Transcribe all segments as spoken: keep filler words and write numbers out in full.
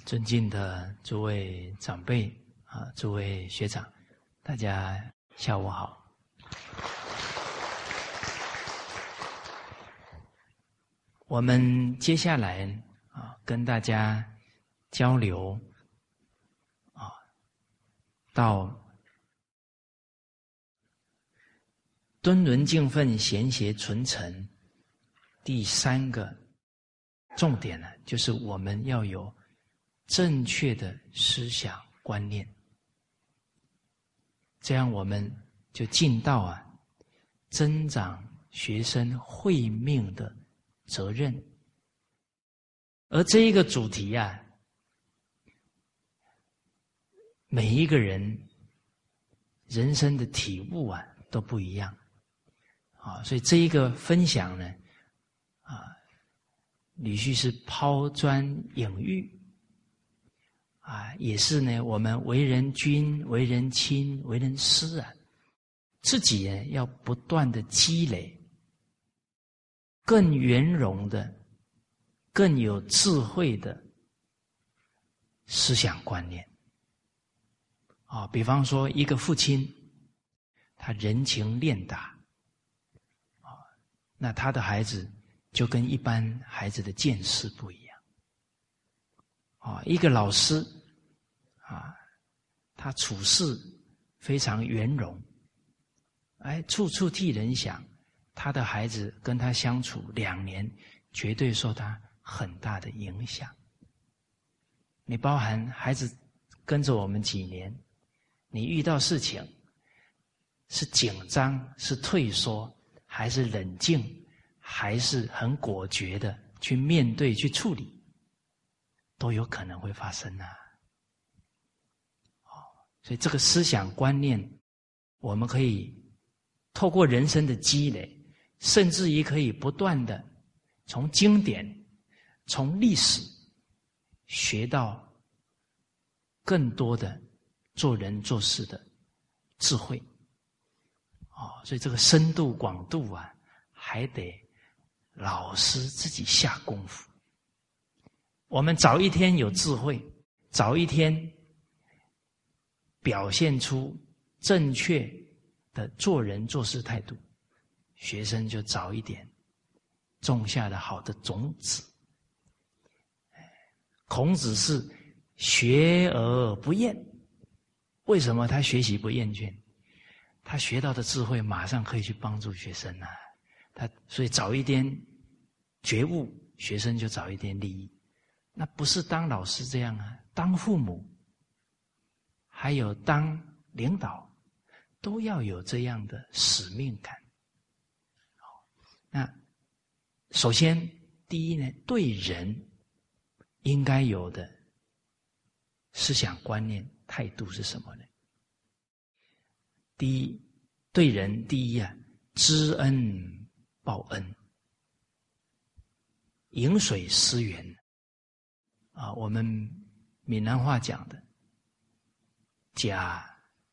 尊敬的诸位长辈啊，诸位学长，大家下午好。我们接下来啊，跟大家交流啊，到敦伦敬分贤协纯诚第三个重点呢，就是我们要有正确的思想观念，这样我们就尽到啊增长学生慧命的责任。而这一个主题啊，每一个人人生的体悟啊都不一样啊，所以这一个分享呢，啊，吕旭是抛砖引玉。啊，也是呢，我们为人君、为人亲、为人师啊，自己呢要不断的积累更圆融的、更有智慧的思想观念。啊，比方说一个父亲，他人情练达，啊，那他的孩子就跟一般孩子的见识不一样。啊，一个老师。啊，他处事非常圆融，哎，处处替人想，他的孩子跟他相处两年，绝对受他很大的影响。你包含孩子跟着我们几年，你遇到事情是紧张，是退缩，还是冷静，还是很果决的去面对去处理，都有可能会发生啊。所以这个思想观念，我们可以透过人生的积累，甚至于可以不断的从经典、从历史学到更多的做人做事的智慧。哦，所以这个深度广度啊，还得老师自己下功夫。我们早一天有智慧，早一天表现出正确的做人做事态度，学生就早一点种下了好的种子。孔子是学而不厌，为什么他学习不厌倦？他学到的智慧马上可以去帮助学生啊，他所以早一点觉悟，学生就早一点利益。那不是当老师这样啊，当父母还有当领导，都要有这样的使命感。那首先，第一呢，对人应该有的思想观念态度是什么呢？第一，对人第一啊，知恩报恩，饮水思源啊，我们闽南话讲的。假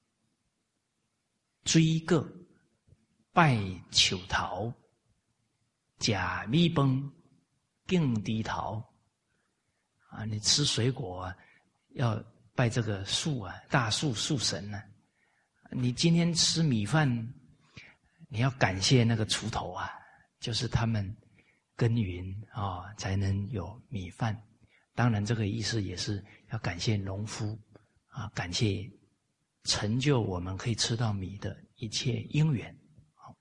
追个拜求桃，假米崩敬低桃啊！你吃水果啊，要拜这个树啊，大树树神啊。你今天吃米饭，你要感谢那个锄头啊，就是他们耕耘啊，才能有米饭。当然，这个意思也是要感谢农夫。啊，感谢成就我们可以吃到米的一切因缘。好，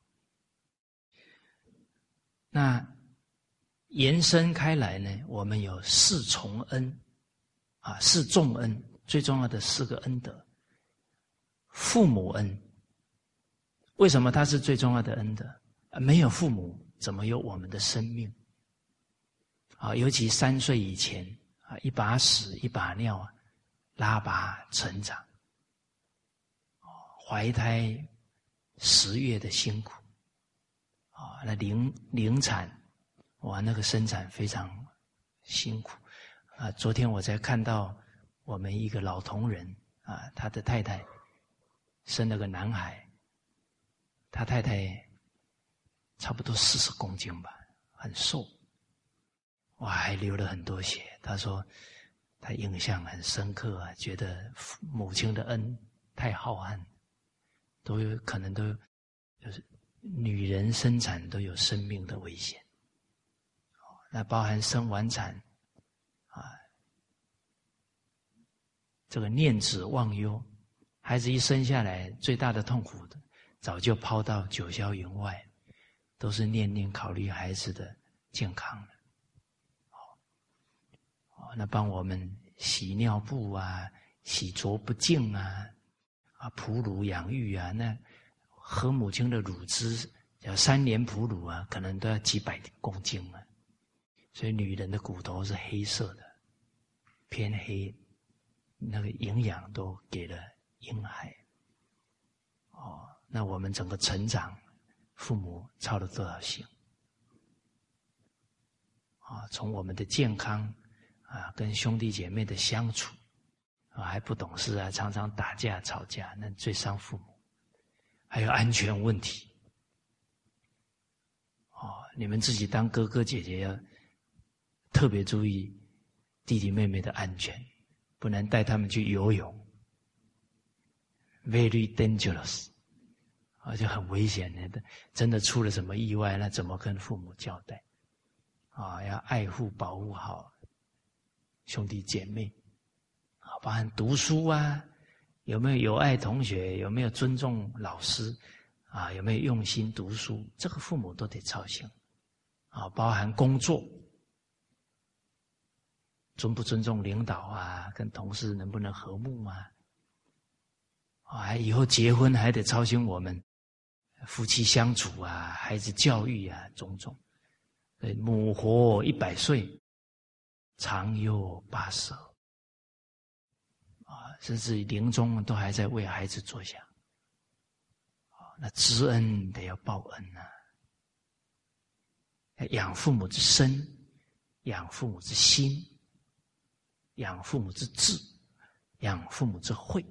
那延伸开来呢，我们有四重恩，啊，四重恩，最重要的四个恩德。父母恩，为什么它是最重要的恩德？啊，没有父母，怎么有我们的生命？啊，尤其三岁以前啊，一把屎一把尿啊。拉拔成长，怀胎十月的辛苦，啊，那临临产，哇，那个生产非常辛苦啊！昨天我才看到我们一个老同仁啊，他的太太生了个男孩，他太太差不多四十公斤吧，很瘦，哇，还流了很多血。他说他印象很深刻啊，觉得母亲的恩太浩瀚，都有可能都有就是女人生产都有生命的危险，那包含生完产啊，这个念子忘忧，孩子一生下来最大的痛苦的，早就抛到九霄云外，都是念念考虑孩子的健康了。哦，那帮我们洗尿布啊，洗濯不净啊，啊，哺乳养育啊，那喝母亲的乳汁，要三年哺乳啊，可能都要几百公斤啊。所以女人的骨头是黑色的，偏黑，那个营养都给了婴孩。哦，那我们整个成长，父母操了多少心？啊，从我们的健康啊，跟兄弟姐妹的相处啊，还不懂事啊，常常打架吵架，那最伤父母。还有安全问题。哦，你们自己当哥哥姐姐要特别注意弟弟妹妹的安全，不能带他们去游泳 ，very dangerous， 而且很危险的。真的出了什么意外，那怎么跟父母交代？啊，要爱护保护好兄弟姐妹，啊，包含读书啊，有没有友爱同学，有没有尊重老师，啊，有没有用心读书，这个父母都得操心。啊，包含工作，尊不尊重领导啊，跟同事能不能和睦啊？啊，以后结婚还得操心我们夫妻相处啊，孩子教育啊，种种。母活一百岁，长忧八十啊，甚至临终都还在为孩子着想。啊，那知恩得要报恩啊，养父母之身，养父母之心，养父母之智，养父母之慧。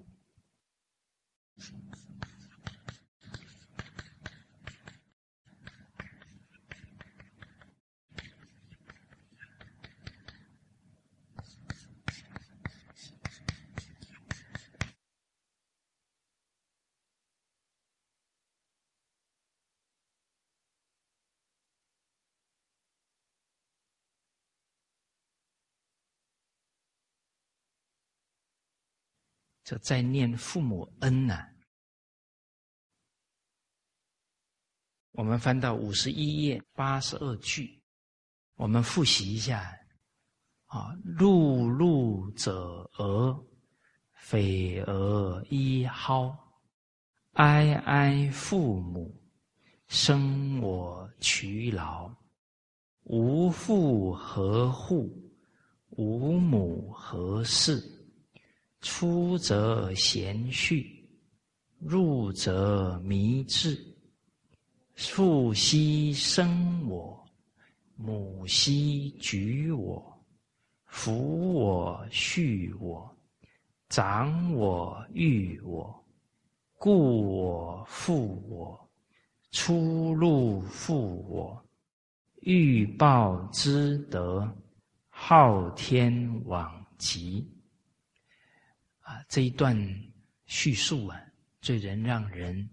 这在念父母恩啊，我们翻到五十一页八十二句，我们复习一下啊，碌碌者儿，匪儿一蒿，哀哀父母，生我劬劳，无父何户，无母何事？出则贤训，入则迷志。父兮生我，母兮举我，扶我恤我，长我育我，故我负我，出入负我，欲报之德，昊天罔极。啊，这一段叙述啊，最能让人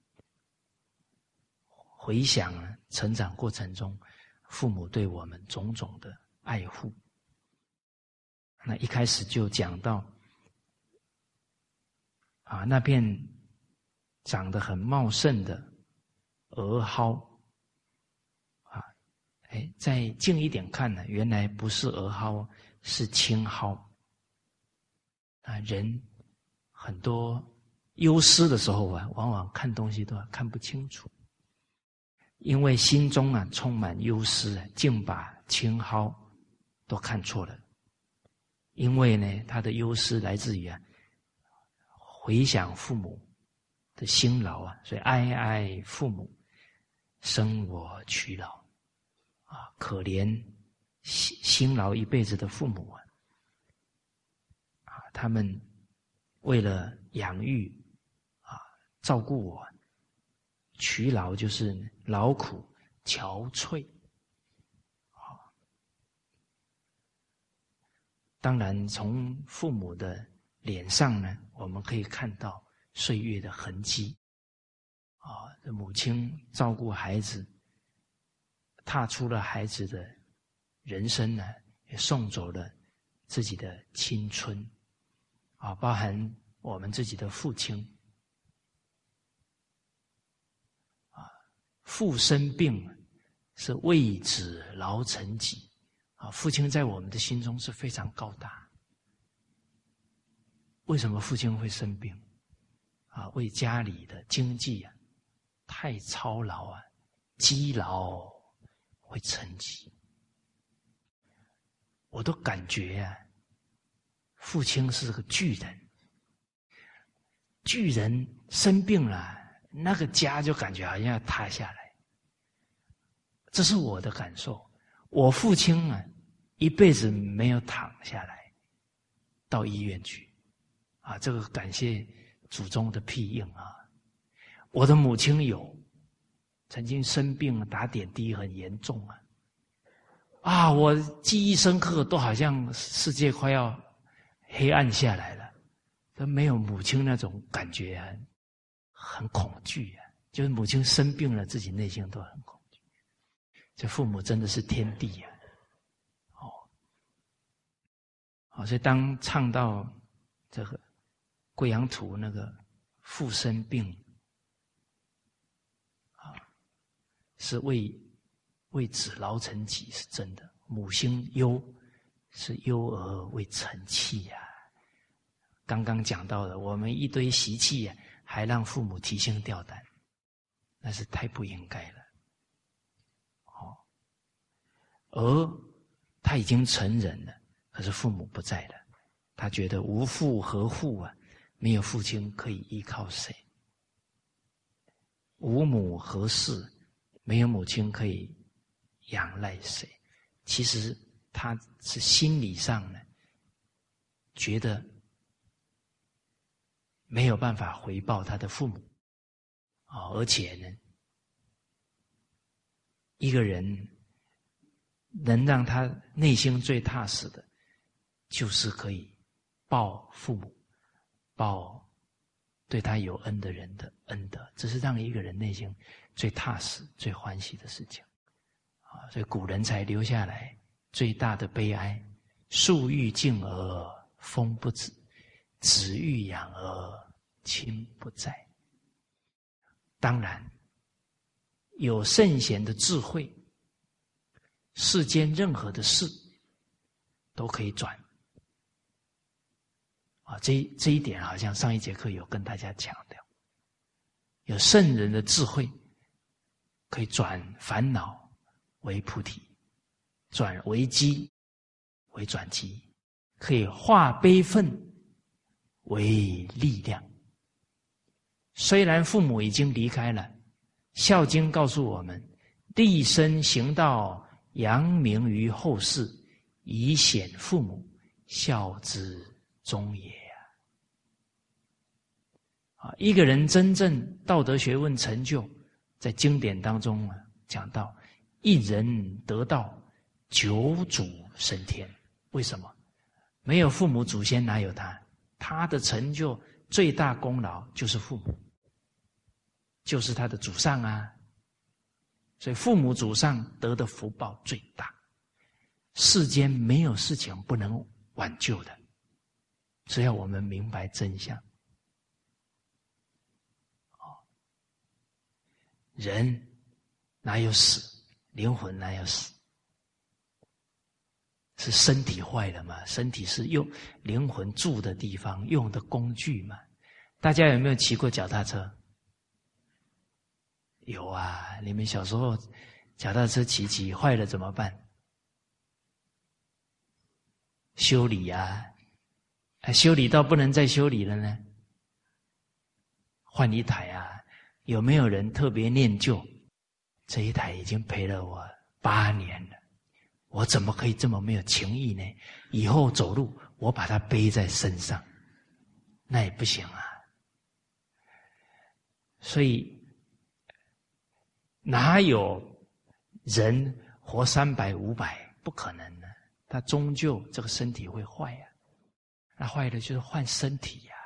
回想啊，成长过程中父母对我们种种的爱护。那一开始就讲到啊，那片长得很茂盛的鹅蒿啊，哎，再近一点看呢，原来不是鹅蒿，是青蒿。啊，人很多忧思的时候啊，往往看东西都看不清楚，因为心中啊充满忧思，竟把青蒿都看错了。因为呢，他的忧思来自于啊，回想父母的辛劳啊，所以哀哀父母，生我劬劳啊，可怜辛辛劳一辈子的父母啊。他们为了养育啊，照顾我，劬劳就是劳苦憔悴啊。 当然从父母的脸上呢，我们可以看到岁月的痕迹。啊，母亲照顾孩子，踏出了孩子的人生呢，也送走了自己的青春。啊，包含我们自己的父亲。啊，父生病是为子劳成己。啊，父亲在我们的心中是非常高大。为什么父亲会生病？啊，为家里的经济啊太操劳啊，积劳会成疾。我都感觉啊，父亲是个巨人，巨人生病了，那个家就感觉好像要塌下来。这是我的感受。我父亲啊，一辈子没有躺下来到医院去，啊，这个感谢祖宗的庇应啊。我的母亲有，曾经生病打点滴很严重啊，啊，我记忆深刻，都好像世界快要黑暗下来了，都没有母亲那种感觉啊，很恐惧啊，就是母亲生病了，自己内心都很恐惧。这父母真的是天地啊，哦，好，所以当唱到这个《贵阳图》那个父生病。是为为子劳成己，是真的。母心忧，是忧而为成器呀、啊。刚刚讲到的，我们一堆习气呀、啊，还让父母提心吊胆，那是太不应该了。哦，而他已经成人了，可是父母不在了，他觉得无父何父啊？没有父亲可以依靠谁？无母何事？没有母亲可以仰赖谁？其实他是心理上呢，觉得没有办法回报他的父母啊，而且呢，一个人能让他内心最踏实的，就是可以报父母，报对他有恩的人的恩德，这是让一个人内心最踏实、最欢喜的事情啊！所以古人才留下来最大的悲哀：树欲静而风不止，子欲养而亲不在。当然，有圣贤的智慧，世间任何的事都可以转。啊，这这一点好像上一节课有跟大家强调，有圣人的智慧，可以转烦恼为菩提，转危机为转机，可以化悲愤为力量。虽然父母已经离开了，《孝经》告诉我们：立身行道，扬名于后世，以显父母，孝之终也呀！啊，一个人真正道德学问成就，在经典当中啊讲到，一人得道，九祖升天。为什么？没有父母祖先哪有他？他的成就最大功劳就是父母，就是他的祖上啊。所以父母祖上得的福报最大，世间没有事情不能挽救的。只要我们明白真相，哦，人哪有死？灵魂哪有死？是身体坏了嘛？身体是用灵魂住的地方，用的工具嘛。大家有没有骑过脚踏车？有啊，你们小时候脚踏车骑骑坏了怎么办？修理啊。修理到不能再修理了呢，换一台啊！有没有人特别念旧？这一台已经陪了我八年了，我怎么可以这么没有情义呢？以后走路我把它背在身上，那也不行啊。所以哪有人活三百五百？不可能的。 他终究这个身体会坏呀、啊，那坏了就是换身体呀、啊。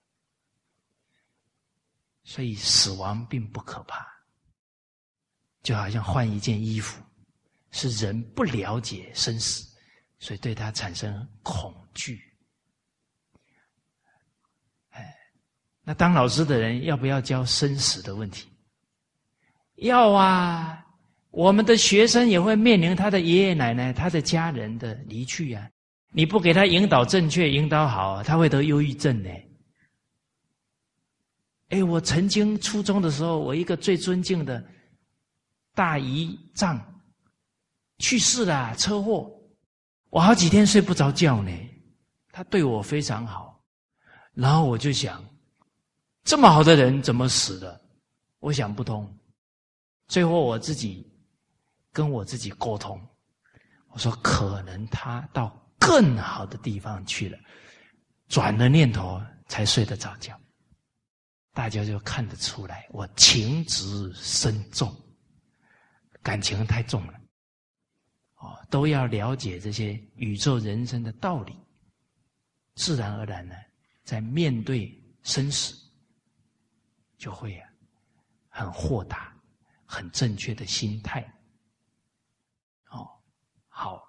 所以死亡并不可怕，就好像换一件衣服，是人不了解生死，所以对他产生恐惧。哎，那当老师的人要不要教生死的问题？要啊，我们的学生也会面临他的爷爷奶奶、他的家人的离去啊。你不给他引导正确、引导好，他会得忧郁症呢。哎，我曾经初中的时候，我一个最尊敬的大姨丈去世了，车祸，我好几天睡不着觉呢。他对我非常好，然后我就想，这么好的人怎么死的？我想不通。最后我自己跟我自己沟通，我说可能他到更好的地方去了，转了念头才睡得着觉。大家就看得出来，我情执深重，感情太重了。哦，都要了解这些宇宙人生的道理，自然而然呢，在面对生死，就会啊，很豁达，很正确的心态。哦，好，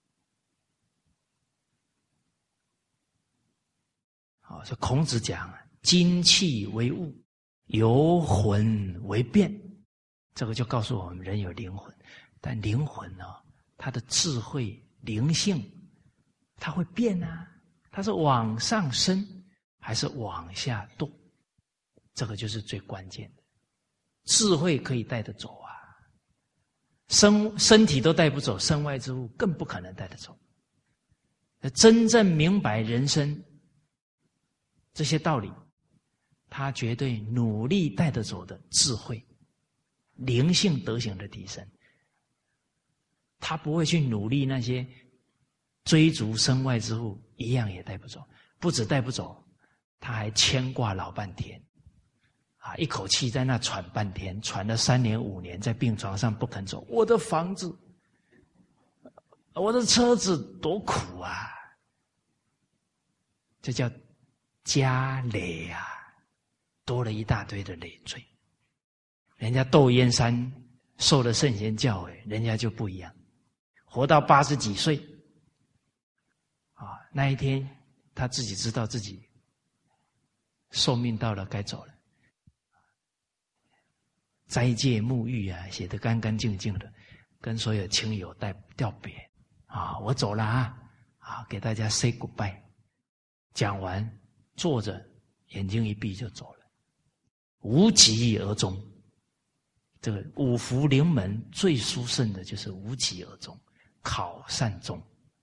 好，所以孔子讲啊。精气为物，由魂为变，这个就告诉我们人有灵魂，但灵魂呢、哦，它的智慧灵性，它会变啊，它是往上升还是往下堕，这个就是最关键的。智慧可以带得走啊，身身体都带不走，身外之物更不可能带得走。真正明白人生这些道理，他绝对努力带得走的智慧、灵性德行的提升，他不会去努力那些追逐身外之物，一样也带不走。不止带不走，他还牵挂老半天，啊，一口气在那喘半天，喘了三年五年，在病床上不肯走。我的房子，我的车子多苦啊！这叫家累啊。多了一大堆的累赘，人家窦燕山受了圣贤教诲，人家就不一样，活到八十几岁，啊，那一天他自己知道自己寿命到了，该走了，斋戒沐浴啊，写得干干净净的，跟所有亲友带道别啊，我走了啊，啊，给大家 say goodbye， 讲完坐着，眼睛一闭就走了。无疾而终，这个五福临门最殊胜的就是无疾而终，考善终。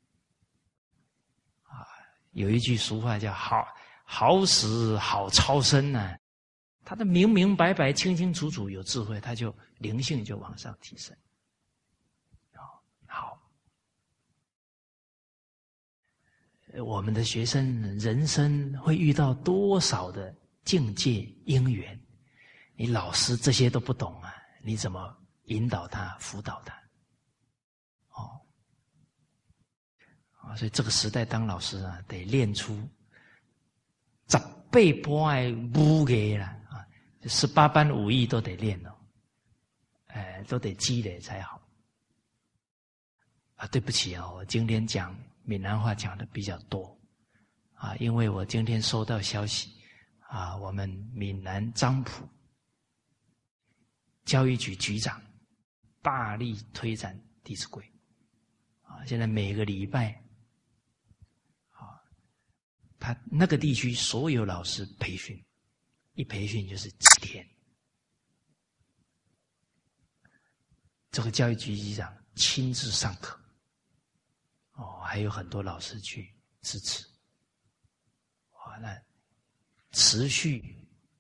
啊，有一句俗话叫好好死好超生呢、啊，他的明明白白、清清楚楚，有智慧，他就灵性就往上提升。好，我们的学生人生会遇到多少的境界因缘？你老师这些都不懂啊，你怎么引导他、辅导他？哦，啊，所以这个时代当老师啊，得练出十八般的武艺啦，啊，十八般武艺都得练哦，哎，都得积累才好。啊，对不起啊、哦，我今天讲闽南话讲的比较多啊，因为我今天收到消息啊，我们闽南漳浦教育局局长大力推展《弟子规》啊，现在每个礼拜啊，他那个地区所有老师培训，一培训就是几天。这个教育局局长亲自上课，哦，还有很多老师去支持，哇，那持续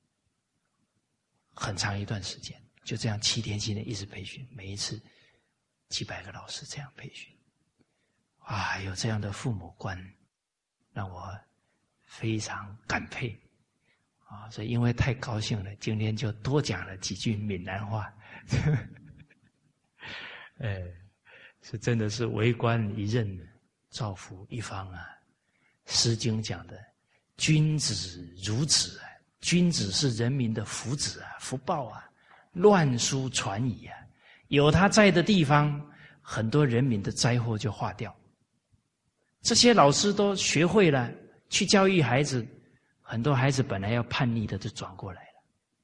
很长一段时间。就这样七天七天一直培训，每一次几百个老师这样培训，啊，有这样的父母官，让我非常感佩啊！所以因为太高兴了，今天就多讲了几句闽南话。哎，是真的是为官一任， 造福一方啊。《诗经》讲的君子如子啊，君子是人民的福祉啊，福报啊，乱书传矣啊，有他在的地方，很多人民的灾祸就化掉。这些老师都学会了去教育孩子，很多孩子本来要叛逆的就转过来了。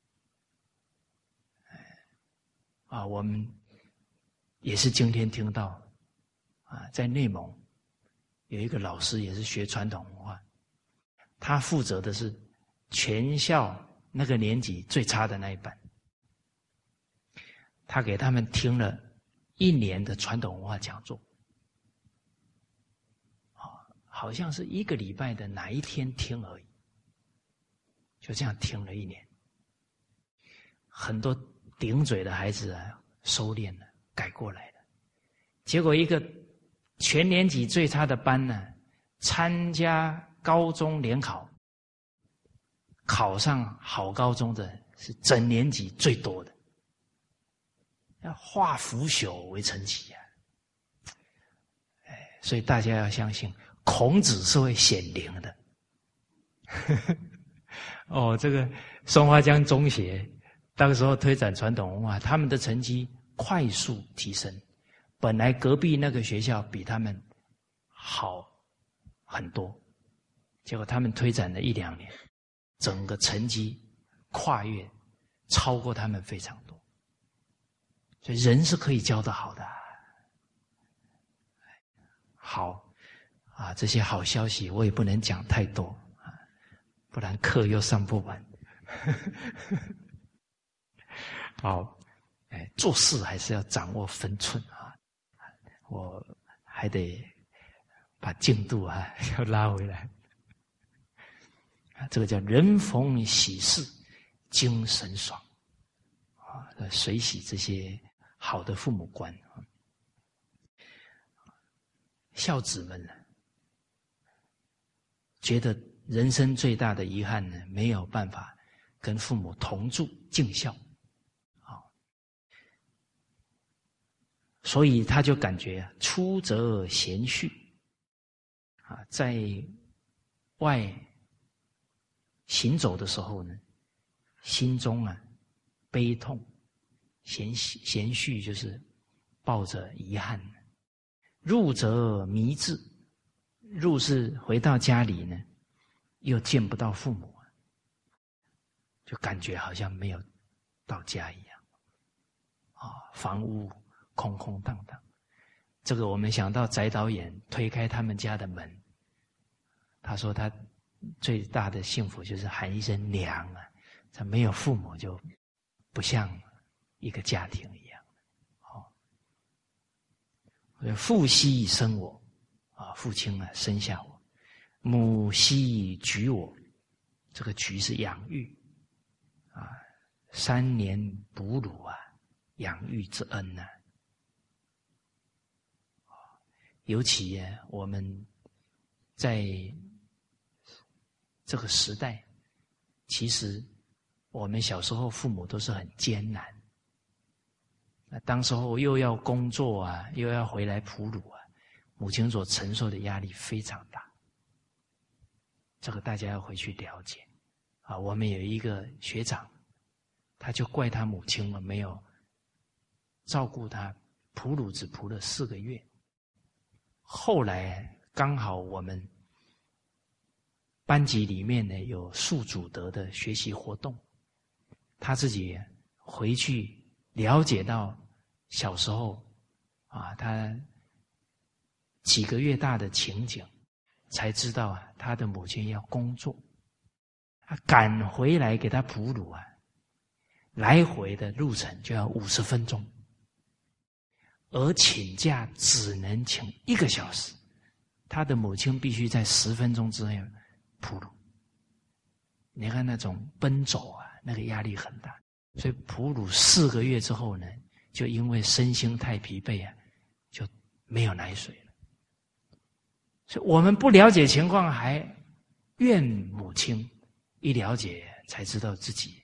啊，我们也是今天听到啊，在内蒙有一个老师也是学传统文化，他负责的是全校那个年级最差的那一班，他给他们听了一年的传统文化讲座，啊，好像是一个礼拜的哪一天听而已，就这样听了一年，很多顶嘴的孩子啊，收敛了，改过来了。结果一个全年级最差的班呢，参加高中联考，考上好高中的是整年级最多的，要化腐朽为神奇啊！哎，所以大家要相信，孔子是会显灵的。哦，这个松花江中学那个时候推展传统文化，他们的成绩快速提升。本来隔壁那个学校比他们好很多，结果他们推展了一两年，整个成绩跨越超过他们非常多。所以人是可以教得好的。好啊，这些好消息我也不能讲太多啊，不然课又上不完。好，哎，做事还是要掌握分寸啊。我还得把进度啊要拉回来。这个叫人逢喜事精神爽啊，随喜这些好的父母官。孝子们呢，觉得人生最大的遗憾呢，没有办法跟父母同住尽孝，啊，所以他就感觉啊，出则贤恤，啊，在外行走的时候呢，心中啊悲痛，贤贤恤就是抱着遗憾。入则迷志，入是回到家里呢，又见不到父母，就感觉好像没有到家一样，啊，房屋空空荡荡。这个我们想到翟导演推开他们家的门，他说他最大的幸福就是喊一声娘啊，他没有父母就不像一个家庭一样。父兮生我，啊，父亲啊生下我；母兮举我，这个举是养育，啊，三年哺乳啊，养育之恩呐、啊。尤其啊，我们在这个时代，其实我们小时候父母都是很艰难。那当时候又要工作啊，又要回来哺乳啊，母亲所承受的压力非常大。这个大家要回去了解啊。我们有一个学长，他就怪他母亲了，没有照顾他，哺乳只哺了四个月。后来刚好我们班级里面呢有树主德的学习活动，他自己回去了解到小时候啊，他几个月大的情景，才知道啊，他的母亲要工作，他赶回来给他哺乳啊，来回的路程就要五十分钟，而请假只能请一个小时，他的母亲必须在十分钟之内哺乳。你看那种奔走啊，那个压力很大。所以哺乳四个月之后呢，就因为身心太疲惫啊，就没有奶水了。所以我们不了解情况还怨母亲，一了解才知道自己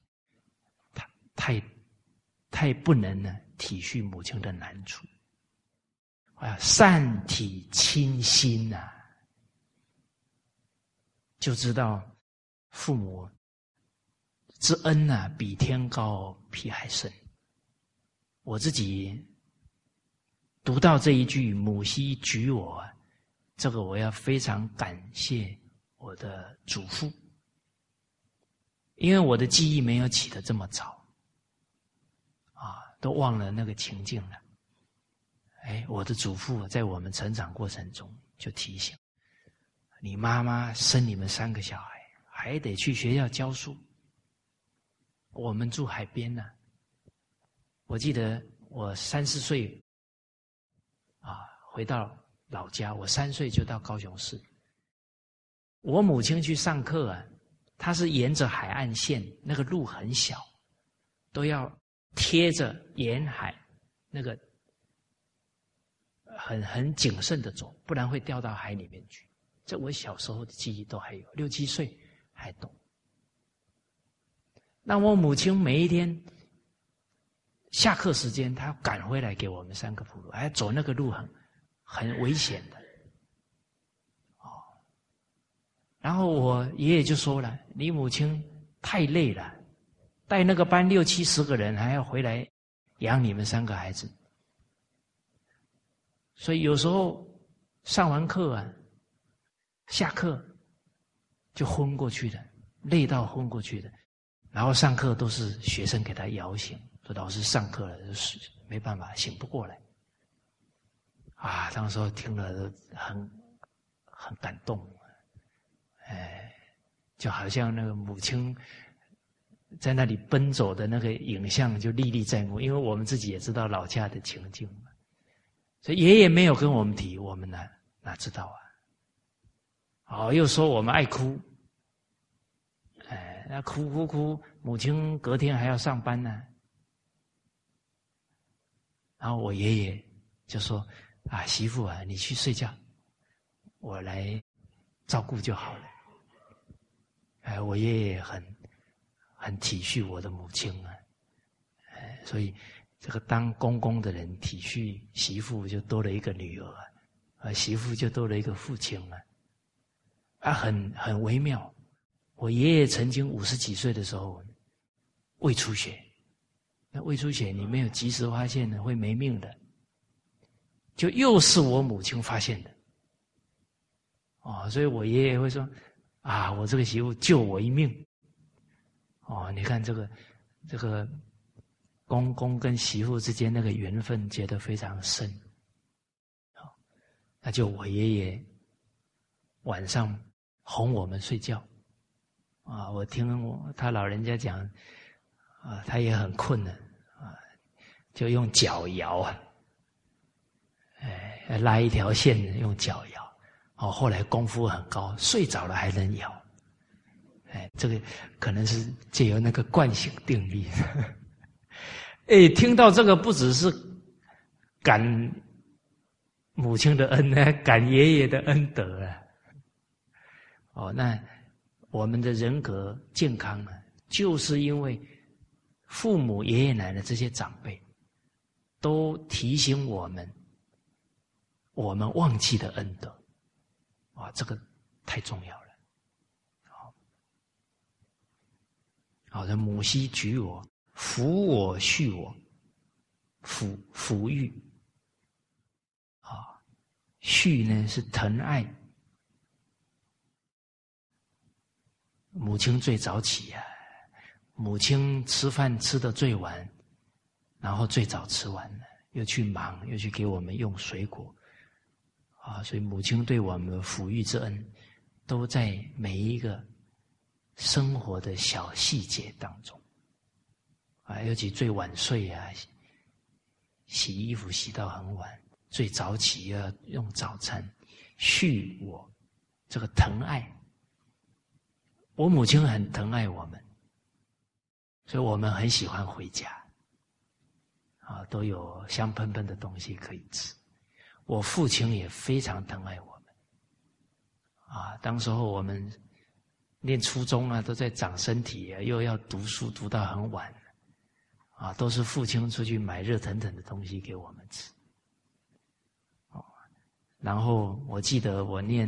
太太太不能呢体恤母亲的难处。 啊，善体亲心呐、啊，就知道父母之恩呐、啊，比天高，比海深。我自己读到这一句“母兮举我”，这个我要非常感谢我的祖父，因为我的记忆没有起得这么早，啊，都忘了那个情境了。哎，我的祖父在我们成长过程中就提醒：你妈妈生你们三个小孩，还得去学校教书。我们住海边呢、啊，我记得我三四岁啊，回到老家，我三岁就到高雄市。我母亲去上课啊，她是沿着海岸线，那个路很小，都要贴着沿海那个。很很谨慎的走，不然会掉到海里面去。这我小时候的记忆都还有，六七岁还懂。那我母亲每一天下课时间，她要赶回来给我们三个铺路，还走那个路很很危险的。哦，然后我爷爷就说了：“你母亲太累了，带那个班六七十个人，还要回来养你们三个孩子。”所以有时候上完课啊，下课就昏过去的，累到昏过去的。然后上课都是学生给他摇醒，说老师上课了，就是没办法醒不过来。啊，当时候听了很很感动，哎，就好像那个母亲在那里奔走的那个影像就历历在目，因为我们自己也知道老家的情境。所以爷爷没有跟我们提，我们哪哪知道啊？哦，又说我们爱哭，哎，那哭哭哭，母亲隔天还要上班呢。然后我爷爷就说：“啊，媳妇啊，你去睡觉，我来照顾就好了。”哎，我爷爷很很体恤我的母亲啊，哎，所以。这个当公公的人体恤媳妇，就多了一个女儿，而媳妇就多了一个父亲了，啊，很很微妙。我爷爷曾经五十几岁的时候胃出血，那胃出血你没有及时发现呢，会没命的。就又是我母亲发现的，哦，所以我爷爷会说：“啊，我这个媳妇救我一命。”哦，你看这个这个。公公跟媳妇之间那个缘分结得非常深，好，那就我爷爷晚上哄我们睡觉，啊，我听我他老人家讲，啊，他也很困了，啊，就用脚摇啊，哎，拉一条线用脚摇，哦，后来功夫很高，睡着了还能摇，哎，这个可能是借由那个惯性定律。哎，听到这个不只是感母亲的恩呢，感爷爷的恩德啊。哦，那我们的人格健康呢，就是因为父母、爷爷奶奶这些长辈都提醒我们，我们忘记的恩德。啊，这个太重要了。好，好的，母兮举我。抚我恤我，抚抚育，啊，恤呢是疼爱。母亲最早起啊，母亲吃饭吃得最晚，然后最早吃完了，又去忙，又去给我们用水果，啊，所以母亲对我们抚育之恩，都在每一个生活的小细节当中。啊，尤其最晚睡啊，洗衣服洗到很晚，最早起要用早餐，恤我，这个疼爱。我母亲很疼爱我们，所以我们很喜欢回家，啊，都有香喷喷的东西可以吃。我父亲也非常疼爱我们，啊，当时候我们念初中啊，都在长身体啊，又要读书读到很晚。啊，都是父亲出去买热腾腾的东西给我们吃。 然后我记得我念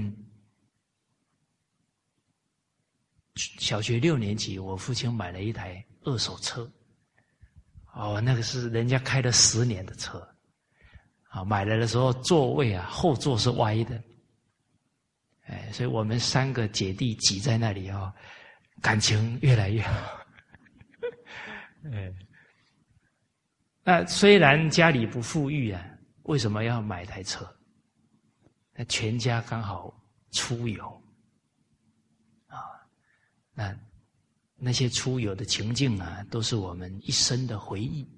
小学六年级，我父亲买了一台二手车。哦，那个是人家开了十年的车。啊，买来的时候座位啊，后座是歪的。哎，所以我们三个姐弟挤在那里哦，感情越来越好。哎，那虽然家里不富裕啊，为什么要买台车？那全家刚好出游啊，那那些出游的情境啊，都是我们一生的回忆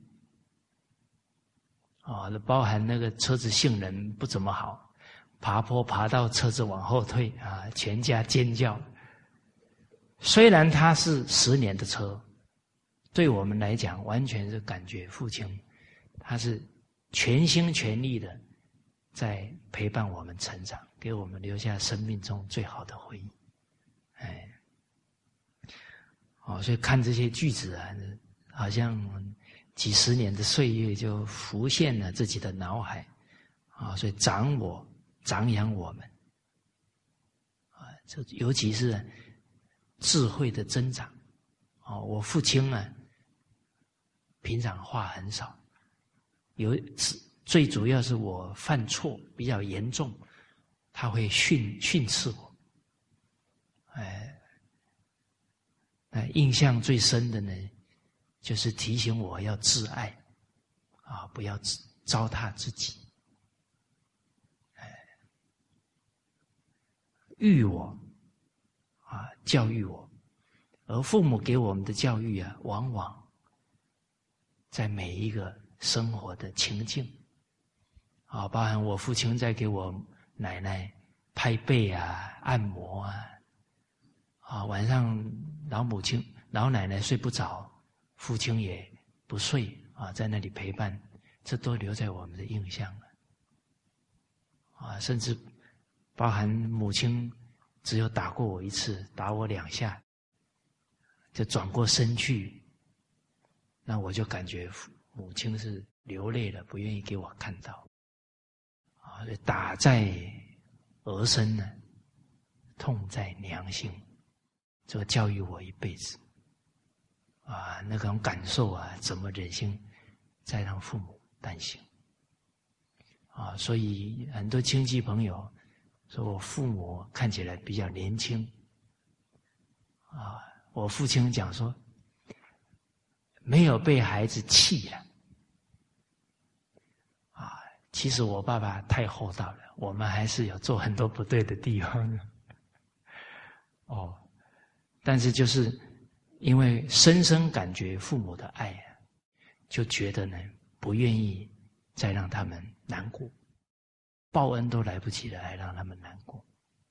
啊。那包含那个车子性能不怎么好，爬坡爬到车子往后退啊，全家尖叫。虽然它是十年的车，对我们来讲，完全是感觉父亲他是全心全力的在陪伴我们成长，给我们留下生命中最好的回忆。哎，哦，所以看这些句子啊，好像几十年的岁月就浮现了自己的脑海啊，所以长我长养我们啊，这尤其是智慧的增长啊。我父亲啊，平常话很少，有最主要是我犯错比较严重，他会训训斥我。哎，那印象最深的呢，就是提醒我要自爱啊，不要糟蹋自己。哎，育我啊，教育我，而父母给我们的教育啊，往往在每一个生活的情境啊，包含我父亲在给我奶奶拍背啊、按摩啊，啊，晚上老母亲、老奶奶睡不着，父亲也不睡啊，在那里陪伴，这都留在我们的印象了。啊，甚至包含母亲只有打过我一次，打我两下，就转过身去，那我就感觉母亲是流泪了，不愿意给我看到。啊，打在儿身呢，痛在娘心，这个教育我一辈子。啊，那种感受啊，怎么忍心再让父母担心？啊，所以很多亲戚朋友说我父母看起来比较年轻。啊，我父亲讲说，没有被孩子气了。啊，其实我爸爸太厚道了，我们还是有做很多不对的地方。哦，但是就是因为深深感觉父母的爱啊，就觉得呢不愿意再让他们难过，报恩都来不及了，还让他们难过。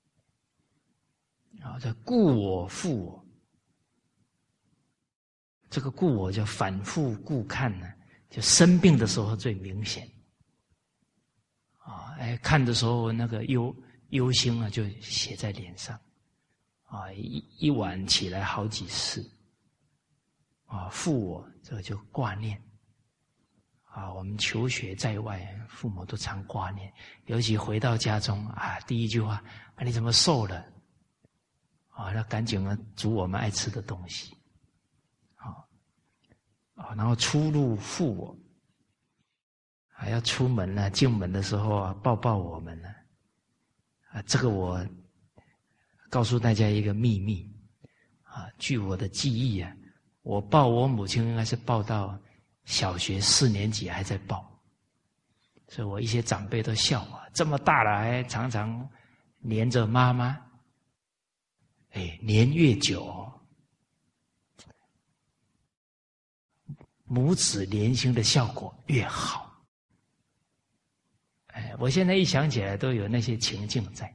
啊，这故我复我，这个故我就反复顾看呢，就生病的时候最明显。啊，哎，看的时候那个忧忧心啊，就写在脸上。啊，一一晚起来好几次。啊，父我这个就挂念。啊，我们求学在外，父母都常挂念，尤其回到家中啊，第一句话啊，你怎么瘦了？啊，那赶紧啊煮我们爱吃的东西。啊，啊，然后出入父我，还要出门呢、啊，进门的时候啊，抱抱我们呢、啊。啊，这个我告诉大家一个秘密啊，据我的记忆啊，我抱我母亲应该是抱到小学四年级还在抱，所以我一些长辈都笑我，这么大了还常常黏着妈妈。哎，年越久，母子连心的效果越好。哎，我现在一想起来都有那些情境在。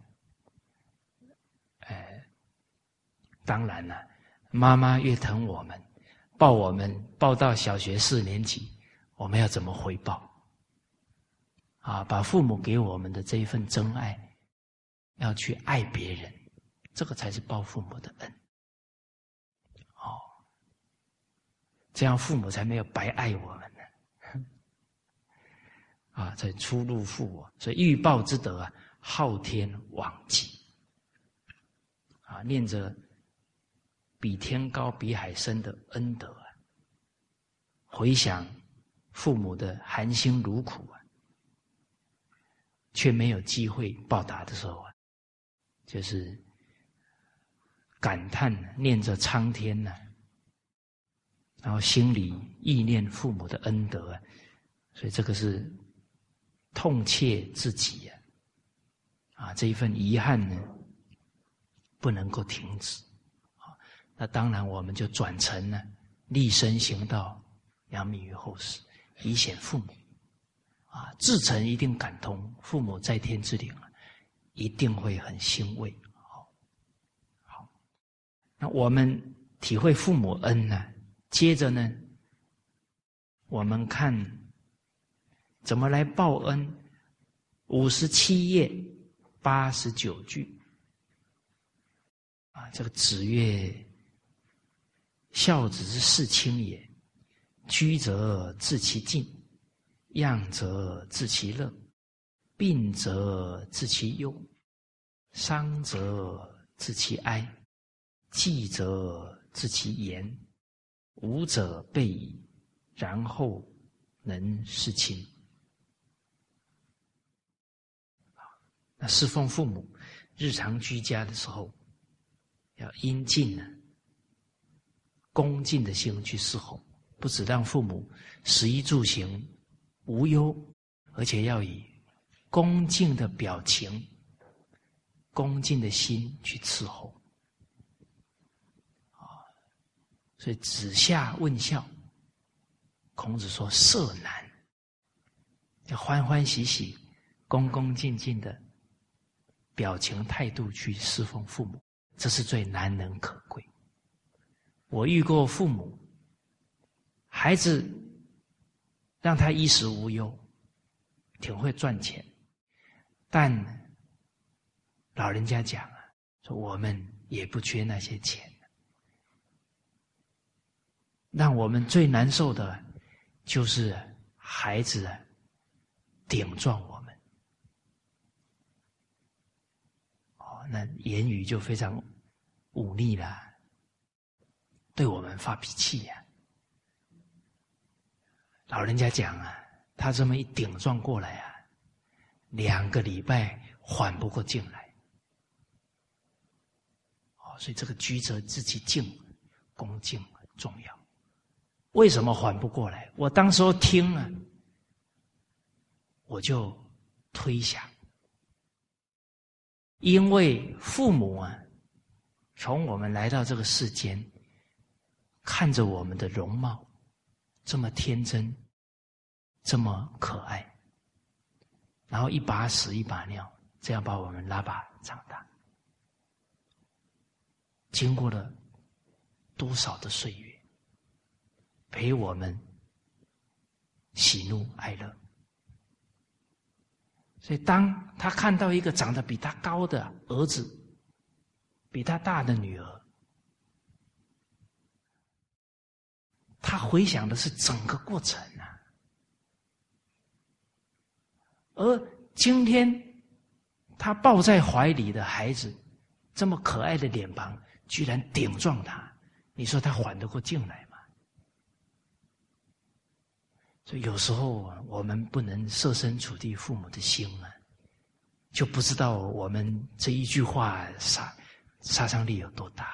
哎，当然了，妈妈越疼我们，抱我们抱到小学四年级，我们要怎么回报？啊，把父母给我们的这一份真爱，要去爱别人，这个才是报父母的恩。哦，这样父母才没有白爱我们呢。啊，才出入父我，所以欲报之德啊， 昊天罔极啊，念着比天高比海深的恩德啊，回想父母的含辛茹苦啊，却没有机会报答的时候啊，就是感叹念着苍天呢、啊，然后心里忆念父母的恩德啊，所以这个是痛切自己啊，啊，这一份遗憾呢，不能够停止啊。那当然，我们就转成呢，立身行道，扬名于后世，以显父母啊。至诚一定感通，父母在天之灵啊，一定会很欣慰。好，好，那我们体会父母恩呢、啊，接着呢，我们看怎么来报恩。五十七页八十九句啊，这个子曰：孝子之事亲也，居则治其静，养则治其乐，病则治其忧，伤则治其哀，忌则治其言，无者备矣，然后能事亲。那侍奉父母，日常居家的时候，要应尽呢恭敬的心去侍候，不只让父母食衣住行无忧，而且要以恭敬的表情、恭敬的心去伺候。啊，所以子夏问孝，孔子说色难，要欢欢喜喜、恭恭敬敬的表情态度去侍奉父母，这是最难能可贵。我遇过父母，孩子让他衣食无忧，挺会赚钱，但老人家讲啊，说我们也不缺那些钱，让我们最难受的就是孩子顶撞我们。那言语就非常忤逆了，对我们发脾气呀、啊。老人家讲啊，他这么一顶撞过来啊，两个礼拜缓不过劲来。哦，所以这个居则治其静，恭敬很重要。为什么缓不过来？我当时候听啊，我就推想。因为父母啊，从我们来到这个世间，看着我们的容貌这么天真，这么可爱，然后一把屎一把尿，这样把我们拉拔长大，经过了多少的岁月，陪我们喜怒哀乐。所以当他看到一个长得比他高的儿子，比他大的女儿，他回想的是整个过程啊。而今天他抱在怀里的孩子，这么可爱的脸庞，居然顶撞他，你说他缓得过劲来吗？所以有时候啊，我们不能设身处地父母的心啊，就不知道我们这一句话杀杀伤力有多大。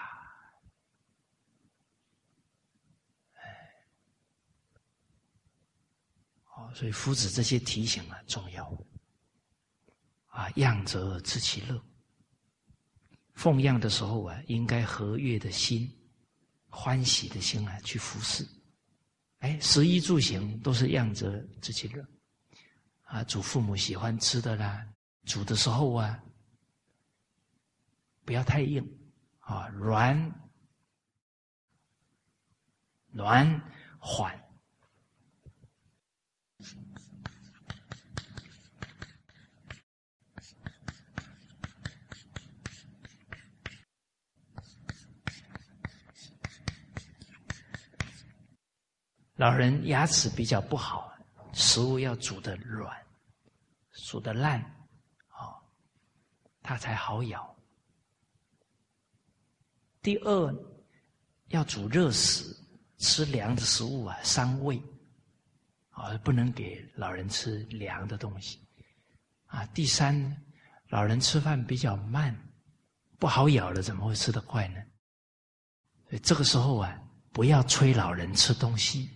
哦，所以夫子这些提醒啊重要啊，养则治其乐。奉养的时候啊，应该和悦的心、欢喜的心啊去服侍。哎，食衣住行都是养则治其乐啊，煮父母喜欢吃的啦，煮的时候啊，不要太硬啊，软软缓。老人牙齿比较不好，食物要煮得软，煮得烂，哦， 它才好咬。第二，要煮热食，吃凉的食物啊，伤胃啊，不能给老人吃凉的东西啊。第三，老人吃饭比较慢，不好咬了，怎么会吃得快呢？所以这个时候啊，不要催老人吃东西。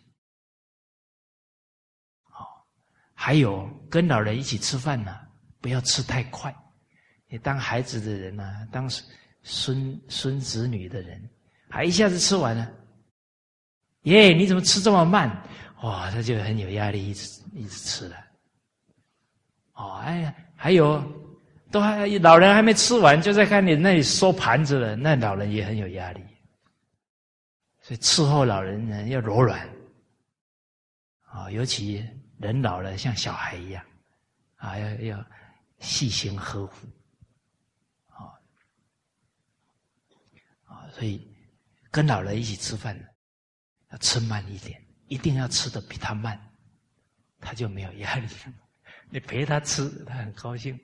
好，还有跟老人一起吃饭呢、啊，不要吃太快。你当孩子的人呢、啊，当孙孙子女的人，还一下子吃完了，耶！你怎么吃这么慢？哇，他就很有压力，一直一直吃了。哦，哎呀，还有，都还老人还没吃完，就在看你那里收盘子了，那老人也很有压力。所以伺候老人呢要柔软，啊、哦，尤其人老了像小孩一样，啊，要要细心呵护，啊、哦，啊、哦，所以跟老人一起吃饭呢，要吃慢一点，一定要吃得比他慢，他就没有压力。你陪他吃，他很高兴。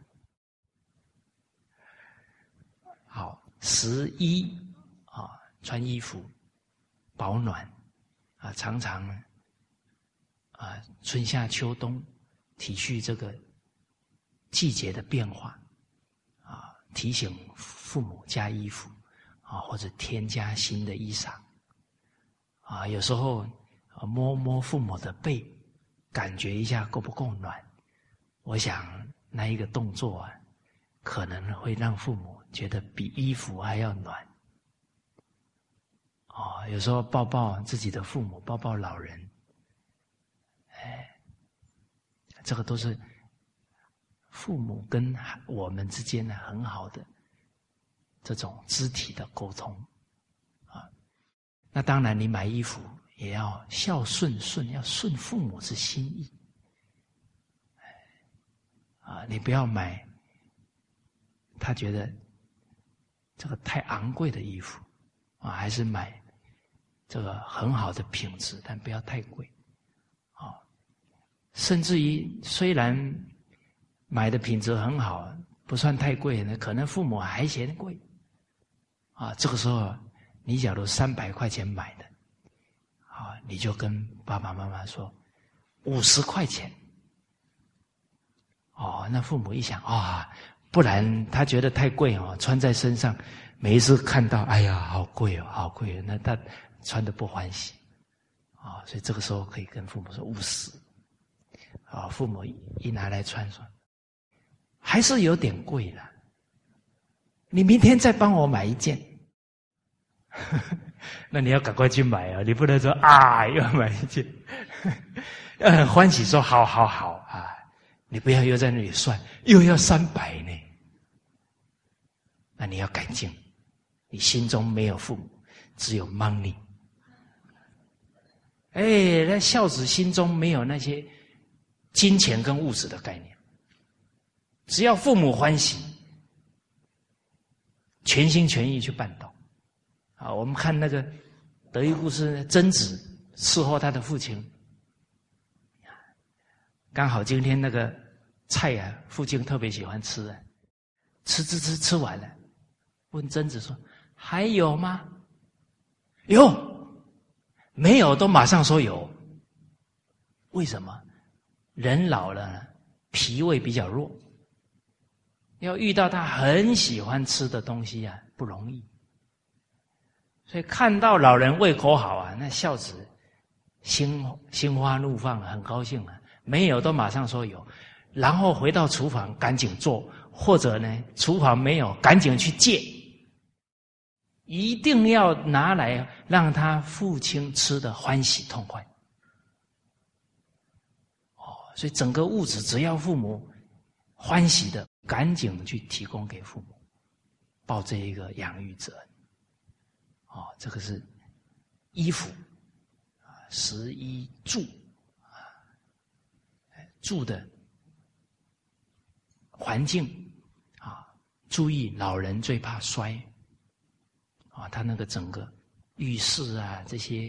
好，十一啊，穿衣服保暖啊，常常啊，春夏秋冬体恤这个季节的变化啊，提醒父母加衣服啊，或者添加新的衣裳啊，有时候啊摸摸父母的背，感觉一下够不够暖。我想那一个动作啊，可能会让父母觉得比衣服还要暖。哦，有时候抱抱自己的父母，抱抱老人，哎，这个都是父母跟我们之间的很好的这种肢体的沟通啊。那当然，你买衣服也要孝顺顺，要顺父母之心意。啊，你不要买他觉得这个太昂贵的衣服啊，还是买这个很好的品质，但不要太贵啊。甚至于虽然买的品质很好，不算太贵呢，可能父母还嫌贵啊。这个时候，你假如三百块钱买的啊，你就跟爸爸妈妈说五十块钱。哦，那父母一想啊、哦，不然他觉得太贵哦，穿在身上，每一次看到，哎呀，好贵哦，好贵哦，那他穿得不欢喜啊、哦，所以这个时候可以跟父母说五十，啊，父母一拿来穿说，还是有点贵了，你明天再帮我买一件，那你要赶快去买啊，你不能说啊要买一件，要很欢喜说好好好啊。你不要又在那里算，又要三百呢。那你要改进，你心中没有父母，只有 money。哎，那孝子心中没有那些金钱跟物质的概念，只要父母欢喜，全心全意去办到。啊，我们看那个德育故事，曾子伺候他的父亲。刚好今天那个菜啊，父亲特别喜欢吃啊，吃吃吃吃完了，问曾子说：“还有吗？”有，没有都马上说有。为什么？人老了，脾胃比较弱，要遇到他很喜欢吃的东西啊，不容易。所以看到老人胃口好啊，那孝子心心花怒放，很高兴啊。没有都马上说有，然后回到厨房赶紧做，或者呢厨房没有赶紧去借，一定要拿来让他父亲吃得欢喜痛快。哦，所以整个物质只要父母欢喜的，赶紧去提供给父母，报这一个养育之恩。哦，这个是衣服啊，食衣住。住的环境啊，注意老人最怕摔啊，他那个整个浴室啊，这些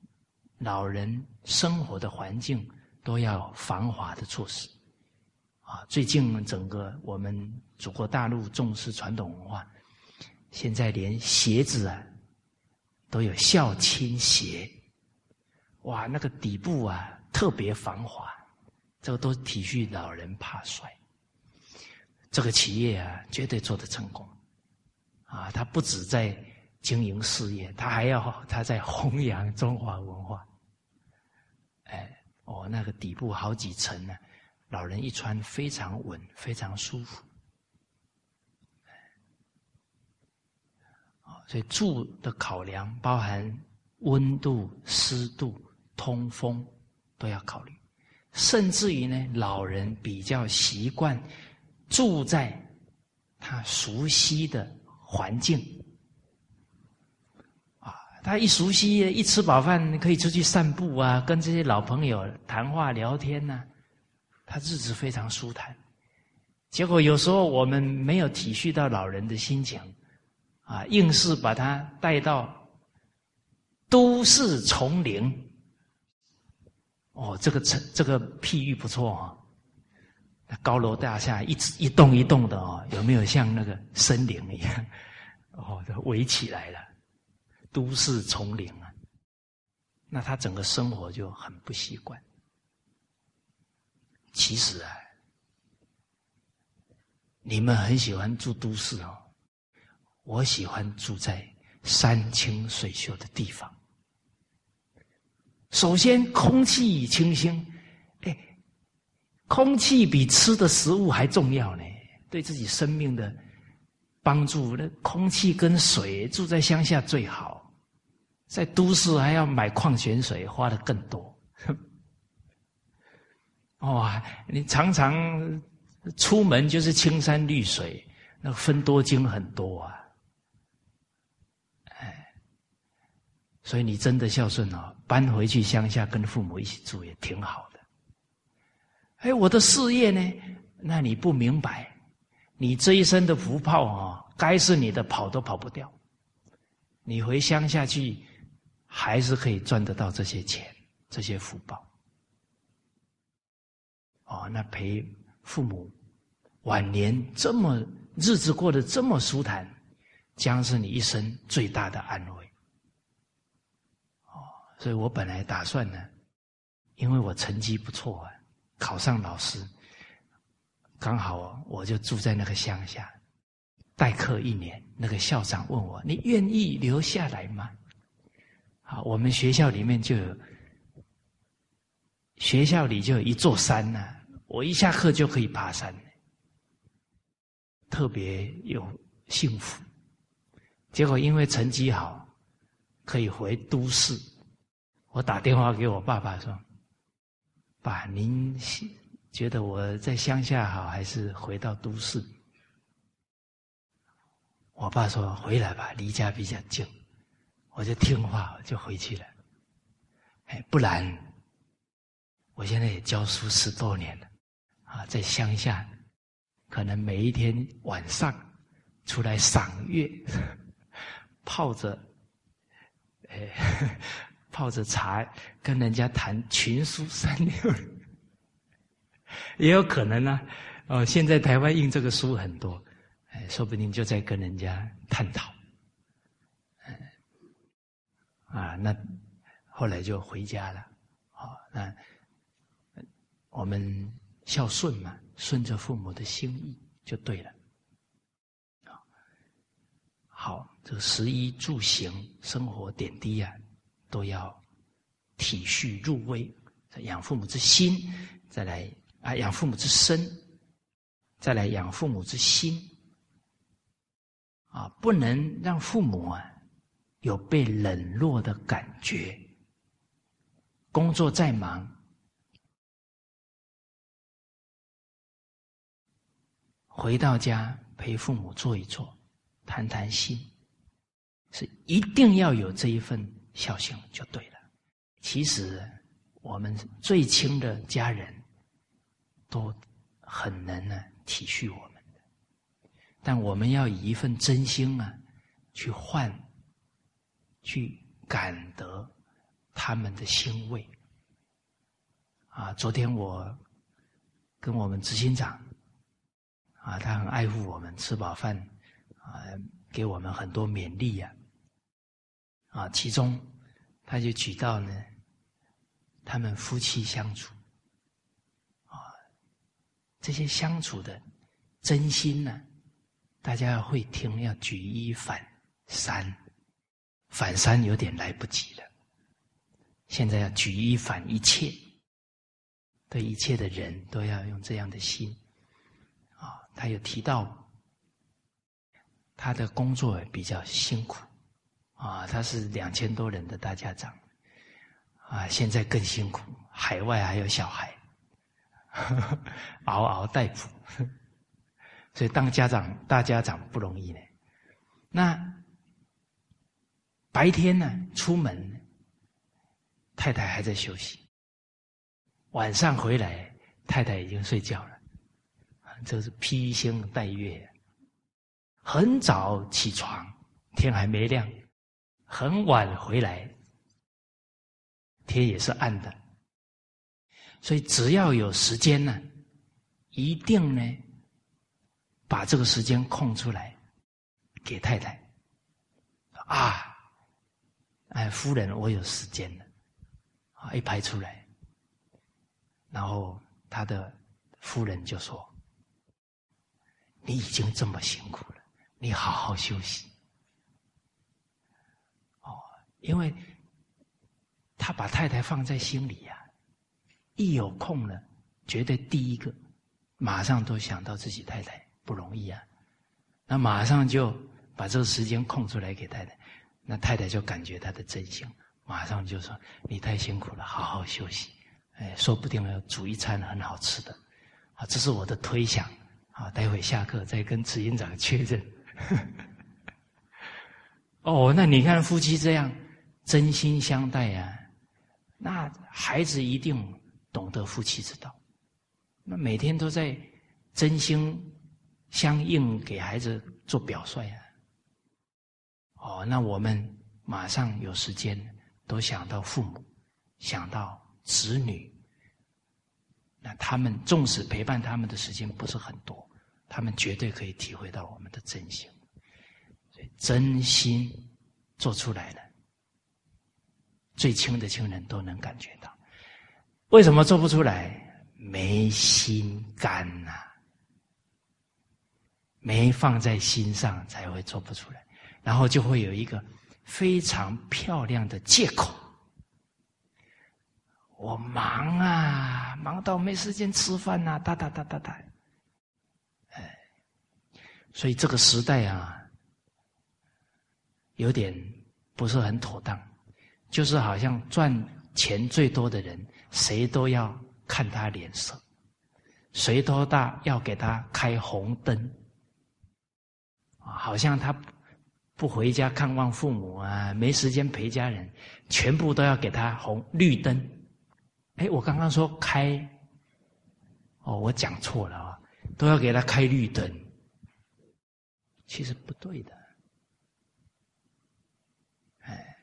老人生活的环境都要防滑的措施啊， 啊，最近整个我们祖国大陆重视传统文化，现在连鞋子啊都有孝亲鞋，哇，那个底部啊特别防滑，这个都体恤老人怕摔。这个企业啊绝对做得成功啊！他不止在经营事业，他还要他在弘扬中华文化。哎，哦，那个底部好几层呢、啊，老人一穿非常稳，非常舒服。所以住的考量包含温度、湿度、通风都要考虑，甚至于呢，老人比较习惯住在他熟悉的环境啊，他一熟悉，一吃饱饭可以出去散步啊，跟这些老朋友谈话聊天啊，他日子非常舒坦。结果有时候我们没有体恤到老人的心情啊，硬是把他带到都市丛林。哦，这个这个譬喻不错啊、哦，高楼大厦一一栋一栋的哦，有没有像那个森林一样？哦，都围起来了，都市丛林啊，那他整个生活就很不习惯。其实啊，你们很喜欢住都市哦。我喜欢住在山清水秀的地方。首先，空气清新，哎，空气比吃的食物还重要呢，对自己生命的帮助。那空气跟水，住在乡下最好，在都市还要买矿泉水，花的更多。哇、哦，你常常出门就是青山绿水，那分多精很多啊。所以你真的孝顺哦，搬回去乡下跟父母一起住也挺好的。哎，我的事业呢？那你不明白，你这一生的福报哦，该是你的跑都跑不掉。你回乡下去，还是可以赚得到这些钱，这些福报。哦，那陪父母晚年这么日子过得这么舒坦，将是你一生最大的安慰。所以我本来打算呢，因为我成绩不错啊，考上老师，刚好我就住在那个乡下，代课一年。那个校长问我：“你愿意留下来吗？”好，我们学校里面就有，学校里就有一座山呐、啊，我一下课就可以爬山，特别有幸福。结果因为成绩好，可以回都市。我打电话给我爸爸说：“爸，您觉得我在乡下好，还是回到都市？”我爸说：“回来吧，离家比较近。”我就听话，就回去了。哎，不然，我现在也教书十多年了，啊，在乡下，可能每一天晚上出来赏月，泡着，哎。泡着茶跟人家谈群书三六，也有可能啊。哦，现在台湾印这个书很多，哎，说不定就在跟人家探讨。啊，那后来就回家了。哦，那我们孝顺嘛，顺着父母的心意就对了。好，这个食衣住行生活点滴啊，都要体恤入微，养父母之心，再来啊养父母之身，再来养父母之心，啊，不能让父母啊有被冷落的感觉。工作再忙，回到家陪父母坐一坐，谈谈心，是一定要有这一份孝心就对了。其实我们最亲的家人都很能呢体恤我们的，但我们要以一份真心啊去换，去感得他们的欣慰。啊，昨天我跟我们执行长啊，他很爱护我们，吃饱饭啊，给我们很多勉励呀。啊，其中他就举到呢，他们夫妻相处啊，这些相处的真心呢，大家要会听，要举一反三，反三有点来不及了。现在要举一反一切，对一切的人都要用这样的心啊。他有提到他的工作比较辛苦啊，他是两千多人的大家长啊，现在更辛苦，海外还有小孩，呵呵嗷嗷待哺，所以当家长大家长不容易呢。那白天呢，出门太太还在休息，晚上回来太太已经睡觉了，这是披星戴月，很早起床，天还没亮，很晚回来，天也是暗的。所以只要有时间呢，一定呢把这个时间空出来给太太啊，哎，夫人，我有时间了啊，一排出来，然后他的夫人就说：“你已经这么辛苦了，你好好休息。”哦，因为他把太太放在心里呀、啊，一有空了，绝对第一个马上都想到自己太太不容易啊，那马上就把这个时间空出来给太太，那太太就感觉他的真心，马上就说：“你太辛苦了，好好休息。”哎，说不定要煮一餐很好吃的，啊，这是我的推想，啊，待会下课再跟执行长确认。哦，那你看夫妻这样真心相待啊，那孩子一定懂得夫妻之道，那每天都在真心相应给孩子做表率啊。哦，那我们马上有时间都想到父母，想到子女，那他们纵使陪伴他们的时间不是很多，他们绝对可以体会到我们的真心。所以真心做出来了，最亲的亲人都能感觉到。为什么做不出来？没心肝呐、啊，没放在心上才会做不出来，然后就会有一个非常漂亮的借口。我忙啊，忙到没时间吃饭啊，哒哒哒哒哒。哎，所以这个时代啊，有点不是很妥当，就是好像赚钱最多的人，谁都要看他脸色，谁都大要给他开红灯，好像他不回家看望父母啊，没时间陪家人，全部都要给他红绿灯。哎，我刚刚说开，哦，我讲错了啊，都要给他开绿灯，其实不对的。哎，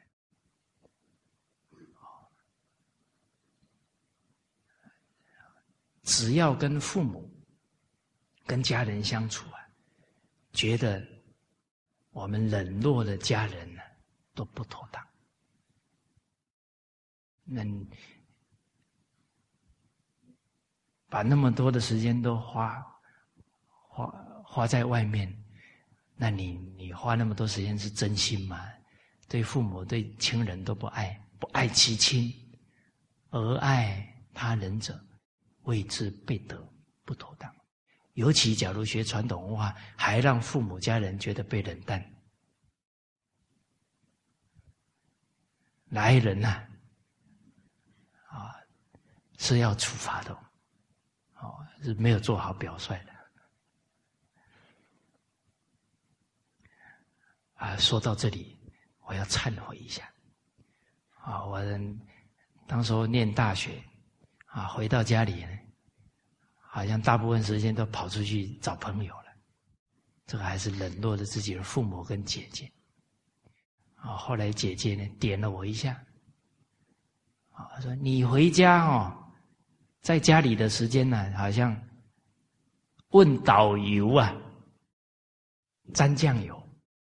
只要跟父母、跟家人相处啊，觉得我们冷落的家人呢、啊、都不妥当，那把那么多的时间都花花花在外面，那你你花那么多时间是真心吗？对父母对亲人都不爱，不爱其亲，而爱他人者，谓之悖德，不妥当。尤其假如学传统文化，还让父母家人觉得被冷淡，哪一人呐、啊？啊，是要处罚的。哦，是没有做好表率的。啊，说到这里，我要忏悔一下。啊，我当时候念大学，啊，回到家里呢，好像大部分时间都跑出去找朋友了。这个还是冷落了自己的父母跟姐姐。啊，后来姐姐呢点了我一下，啊，说你回家哦。在家里的时间呢，好像问导游啊，沾酱油，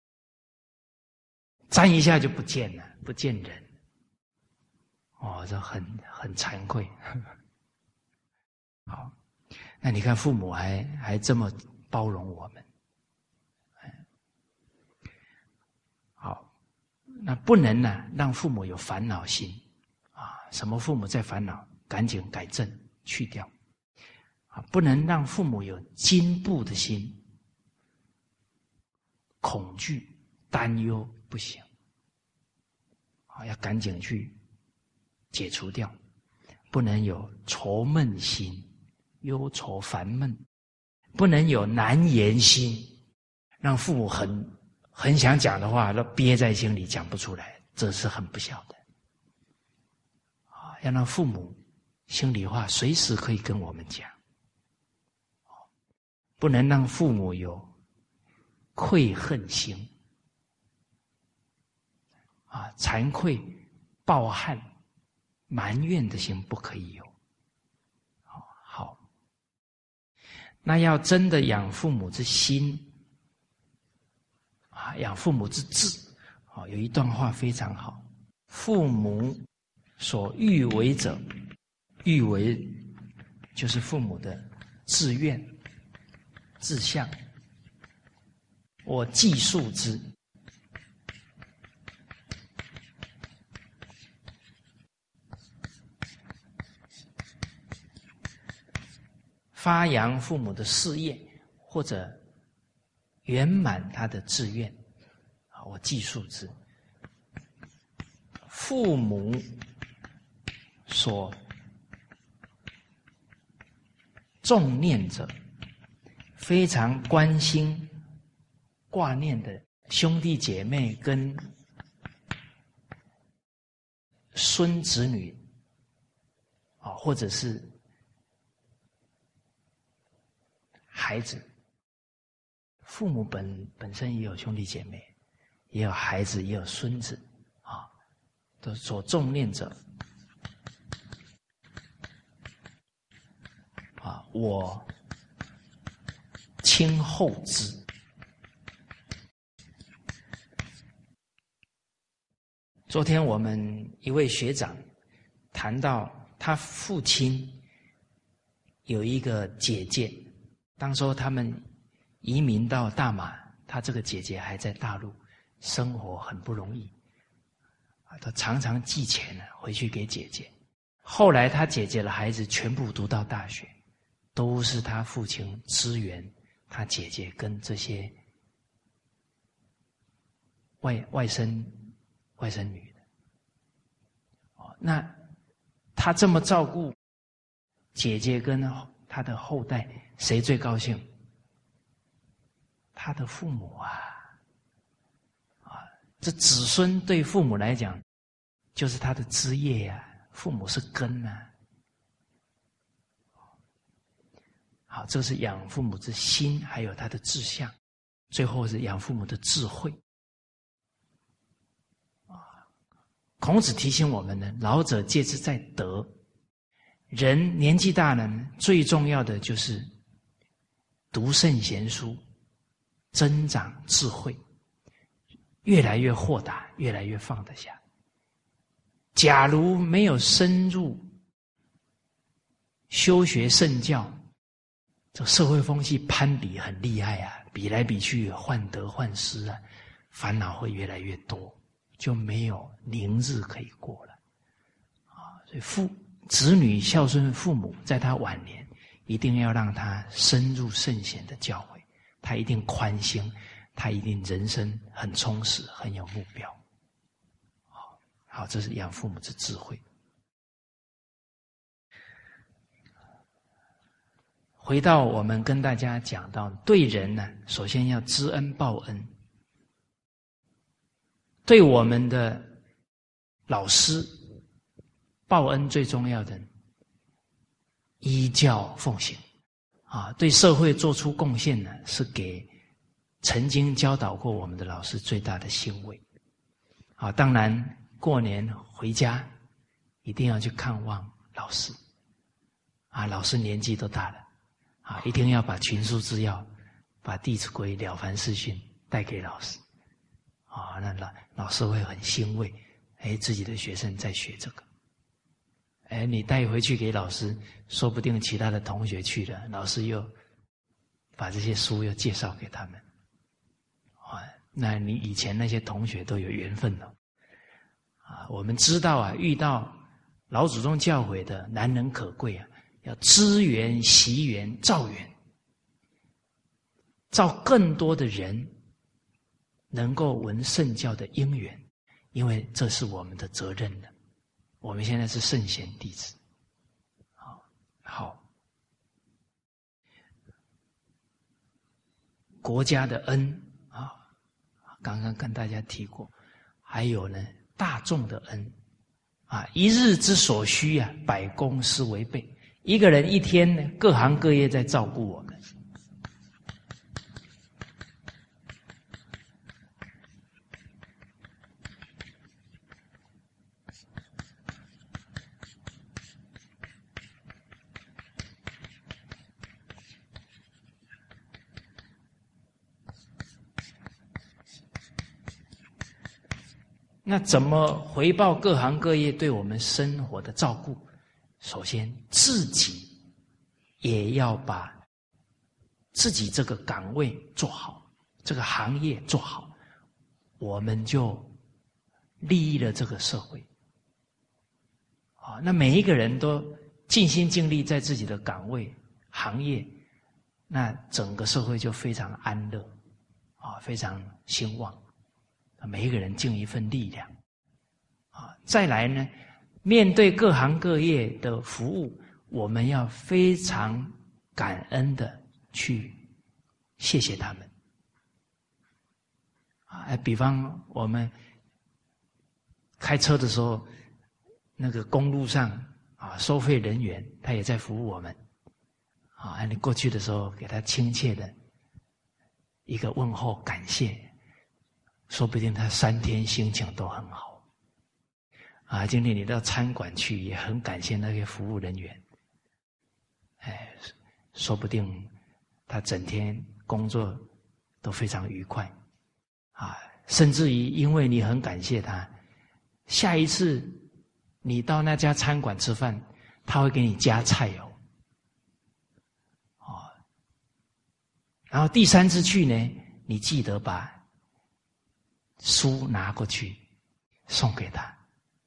沾一下就不见了，不见人。哦，这很很惭愧。好，那你看父母还还这么包容我们。好，那不能呢、啊、让父母有烦恼心啊！什么父母在烦恼，赶紧改正去掉啊！不能让父母有惊怖的心，恐惧、担忧不行啊！要赶紧去解除掉，不能有愁闷心、忧愁烦闷，不能有难言心，让父母很很想讲的话都憋在心里讲不出来，这是很不孝的啊！要让父母心里话随时可以跟我们讲，不能让父母有愧恨心啊，惭愧、抱憾、埋怨的心不可以有。好，那要真的养父母之心啊，养父母之志啊，有一段话非常好：父母所欲为者，欲为就是父母的志愿、志向，我计数之。发扬父母的事业，或者圆满他的志愿，啊，我计数之。父母所重念者，非常关心、挂念的兄弟姐妹跟孙子女，啊，或者是孩子，父母本本身也有兄弟姐妹，也有孩子，也有孙子，啊，都所重念者，啊，我亲厚之。昨天我们一位学长谈到他父亲有一个姐姐。当初他们移民到大马，他这个姐姐还在大陆生活很不容易，他常常寄钱回去给姐姐。后来他姐姐的孩子全部读到大学，都是他父亲支援他姐姐跟这些外外甥外甥女的。那他这么照顾姐姐跟他的后代，谁最高兴？他的父母啊！啊，这子孙对父母来讲，就是他的枝叶呀、啊，父母是根啊。好，这是养父母之心，还有他的志向，最后是养父母的智慧。啊，孔子提醒我们呢，老者戒之在德。人年纪大了呢，最重要的就是读圣贤书，增长智慧，越来越豁达，越来越放得下。假如没有深入修学圣教，这社会风气攀比很厉害啊，比来比去，患得患失啊，烦恼会越来越多，就没有宁日可以过了啊。所以父子女孝顺父母，在他晚年一定要让他深入圣贤的教诲，他一定宽心，他一定人生很充实，很有目标。好，好，这是养父母之智慧。回到我们跟大家讲到，对人呢，首先要知恩报恩，对我们的老师报恩最重要的依教奉行啊，对社会做出贡献呢，是给曾经教导过我们的老师最大的欣慰啊。当然过年回家一定要去看望老师啊，老师年纪都大了啊，一定要把群书治要、把《弟子规》《了凡四训》带给老师，啊，那老老师会很欣慰，哎，自己的学生在学这个，哎，你带回去给老师，说不定其他的同学去了，老师又把这些书又介绍给他们，啊，那你以前那些同学都有缘分了，啊，我们知道啊，遇到老祖宗教诲的难能可贵啊。要知缘、习缘、造缘，造更多的人能够闻圣教的因缘，因为这是我们的责任的。我们现在是圣贤弟子，好，好，国家的恩啊，刚刚跟大家提过，还有呢，大众的恩啊，一日之所需啊，百公司为备。一个人一天呢，各行各业在照顾我们。那怎么回报各行各业对我们生活的照顾？首先，自己也要把自己这个岗位做好，这个行业做好，我们就利益了这个社会。啊，那每一个人都尽心尽力在自己的岗位、行业，那整个社会就非常安乐，啊，非常兴旺。每一个人尽一份力量，啊，再来呢？面对各行各业的服务，我们要非常感恩的去谢谢他们。啊，比方我们开车的时候，那个公路上啊，收费人员他也在服务我们。啊，你过去的时候给他亲切的一个问候感谢，说不定他三天心情都很好。啊，今天你到餐馆去，也很感谢那些服务人员。哎，说不定他整天工作都非常愉快。啊，甚至于因为你很感谢他，下一次你到那家餐馆吃饭，他会给你加菜哦。哦，然后第三次去呢，你记得把书拿过去送给他。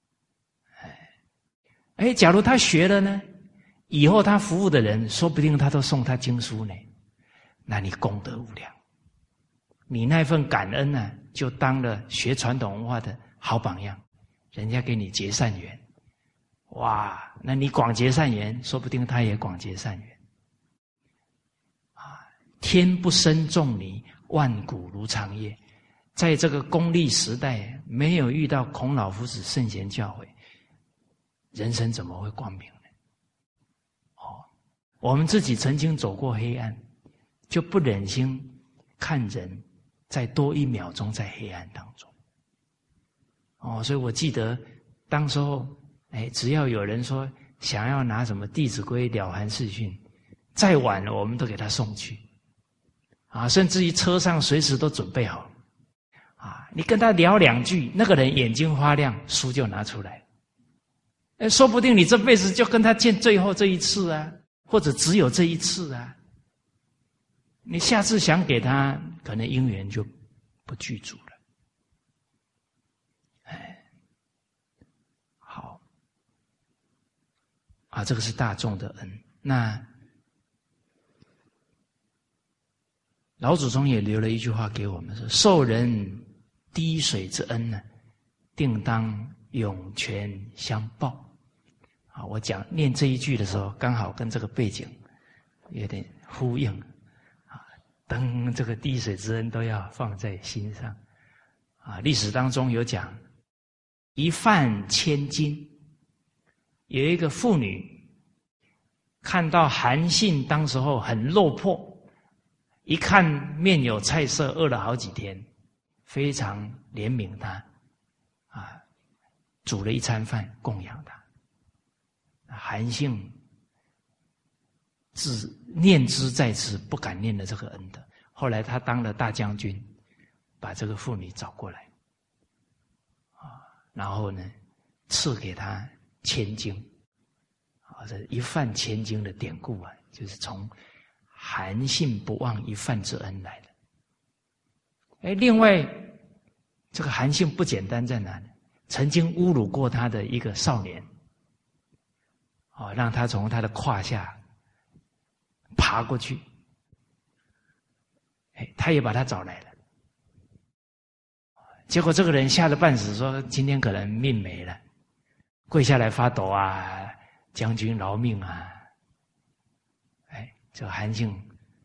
哎，假如他学了呢，以后他服务的人，说不定他都送他经书呢，那你功德无量。你那份感恩呢、啊，就当了学传统文化的好榜样，人家给你结善缘，哇，那你广结善缘，说不定他也广结善缘。啊，天不生仲尼，万古如长夜。在这个功利时代，没有遇到孔老夫子圣贤教诲，人生怎么会光明呢？哦，我们自己曾经走过黑暗，就不忍心看人再多一秒钟在黑暗当中。哦，所以我记得当时候，哎，只要有人说想要拿什么《弟子规》《了凡四训》，再晚了我们都给他送去。啊，甚至于车上随时都准备好了。啊，你跟他聊两句，那个人眼睛发亮，书就拿出来。哎，说不定你这辈子就跟他见最后这一次啊，或者只有这一次啊。你下次想给他，可能因缘就不具足了。哎，好，啊，这个是大众的恩。那老祖宗也留了一句话给我们说：受人滴水之恩呢，定当涌泉相报。啊，我讲念这一句的时候，刚好跟这个背景有点呼应。啊，等这个滴水之恩都要放在心上。啊，历史当中有讲，一饭千金，有一个妇女看到韩信当时候很落魄，一看面有菜色，饿了好几天，非常怜悯他，啊，煮了一餐饭供养他。韩信自念之在兹，不敢念的这个恩德。后来他当了大将军，把这个妇女找过来，啊，然后呢，赐给他千金，啊，这一饭千金的典故啊，就是从韩信不忘一饭之恩来的。哎，另外，这个韩信不简单在哪呢？曾经侮辱过他的一个少年，啊，让他从他的胯下爬过去，哎，他也把他找来了。结果这个人吓得半死，说今天可能命没了，跪下来发抖啊，将军饶命啊！哎，这个韩信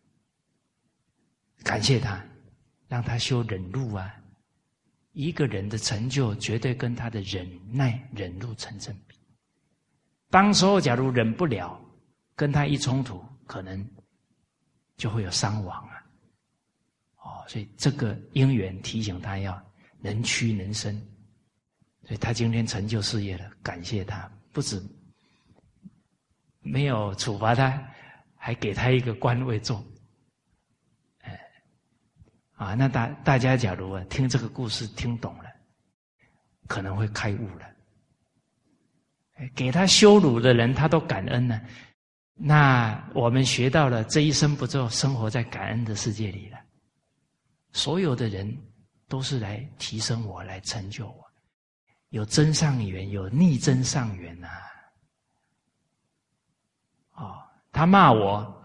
感谢他，让他修忍辱啊。一个人的成就绝对跟他的忍耐、忍辱成正比。当时候假如忍不了，跟他一冲突，可能就会有伤亡啊。哦，所以这个因缘提醒他要能屈能伸，所以他今天成就事业了，感谢他，不止没有处罚他，还给他一个官位做。哎，啊，那大大家假如啊听这个故事听懂了，可能会开悟了。给他羞辱的人，他都感恩了。那我们学到了，这一生不就生活在感恩的世界里了？所有的人都是来提升我，来成就我。有增上缘，有逆增上缘呐、啊。哦，他骂我，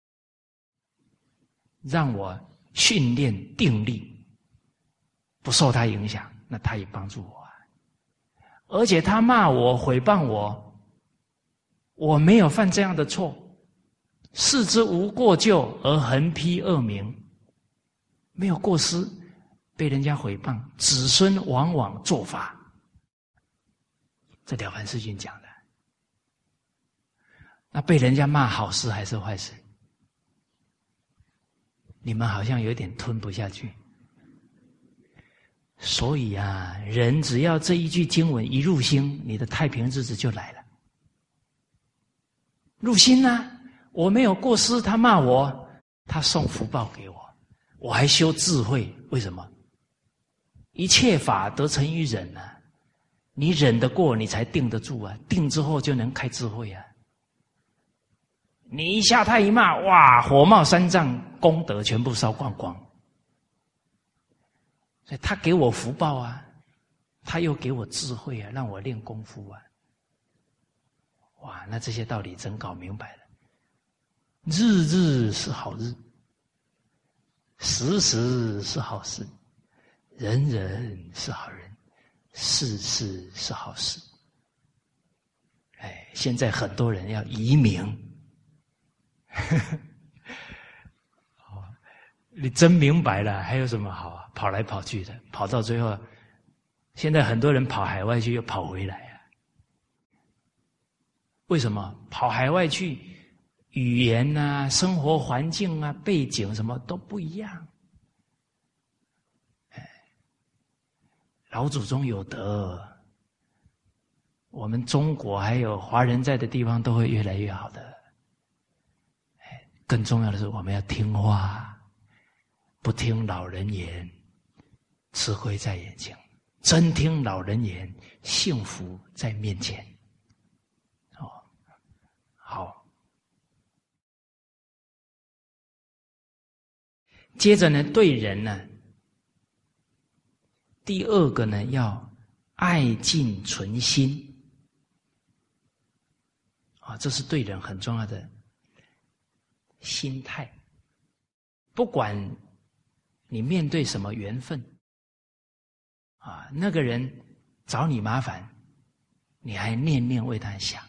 让我训练定力，不受他影响，那他也帮助我。而且他骂我、诽谤我，我没有犯这样的错，视之无过咎而横批恶名，没有过失，被人家诽谤，子孙往往作法。这《了凡四训》讲的。那被人家骂好事还是坏事？你们好像有点吞不下去。所以啊，人只要这一句经文一入心，你的太平日子就来了。入心啊，我没有过失，他骂我，他送福报给我，我还修智慧。为什么？一切法得成于忍啊，你忍得过，你才定得住啊，定之后就能开智慧啊。你一下他一骂，哇，火冒三丈，功德全部烧光光。所以他给我福报啊，他又给我智慧啊，让我练功夫啊。哇，那这些道理真搞明白了。日日是好日，时时是好事，人人是好人，事事是好事。哎，现在很多人要移民，你真明白了，还有什么好啊？跑来跑去的，跑到最后，现在很多人跑海外去又跑回来啊。为什么？跑海外去，语言啊、生活环境啊、背景什么都不一样。哎，老祖宗有德，我们中国还有华人在的地方都会越来越好的。哎，更重要的是我们要听话。不听老人言，吃亏在眼前；真听老人言，幸福在面前。哦，好。接着呢，对人呢，第二个呢，要爱敬存心。啊，这是对人很重要的心态。不管你面对什么缘分，啊，那个人找你麻烦，你还念念为他想。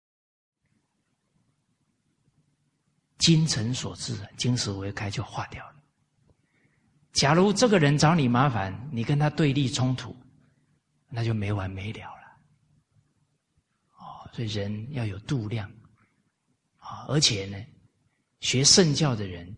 精诚所至，金石为开就化掉了。假如这个人找你麻烦，你跟他对立冲突，那就没完没了了。哦，所以人要有度量啊，而且呢，学圣教的人。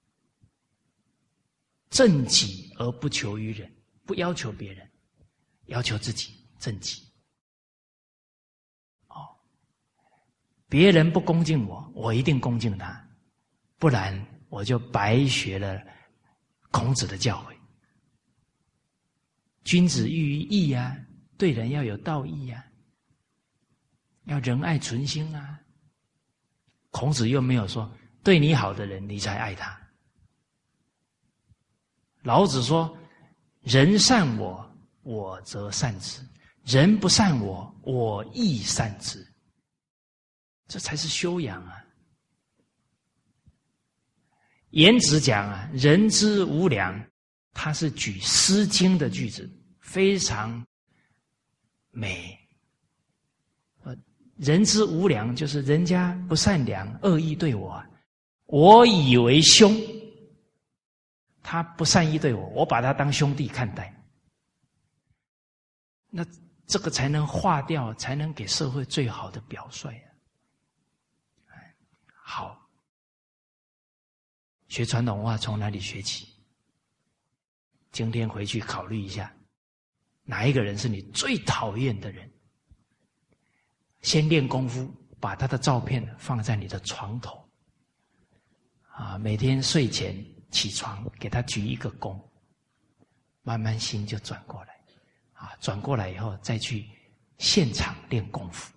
正己而不求于人，不要求别人，要求自己正己。哦， 别人不恭敬我，我一定恭敬他，不然我就白学了孔子的教诲。君子喻于义啊，对人要有道义啊，要仁爱存心啊。孔子又没有说对你好的人你才爱他。老子说人善我，我则善之；人不善我，我亦善之。这才是修养啊。颜子讲啊，人之无良，他是举《诗经》的句子，非常美。呃，人之无良，就是人家不善良，恶意对我，我以为兄。他不善意对我，我把他当兄弟看待。那这个才能化掉，才能给社会最好的表率啊。好，学传统文化从哪里学起？今天回去考虑一下，哪一个人是你最讨厌的人？先练功夫，把他的照片放在你的床头，啊，每天睡前起床给他鞠一个躬，慢慢心就转过来，啊，转过来以后再去现场练功夫。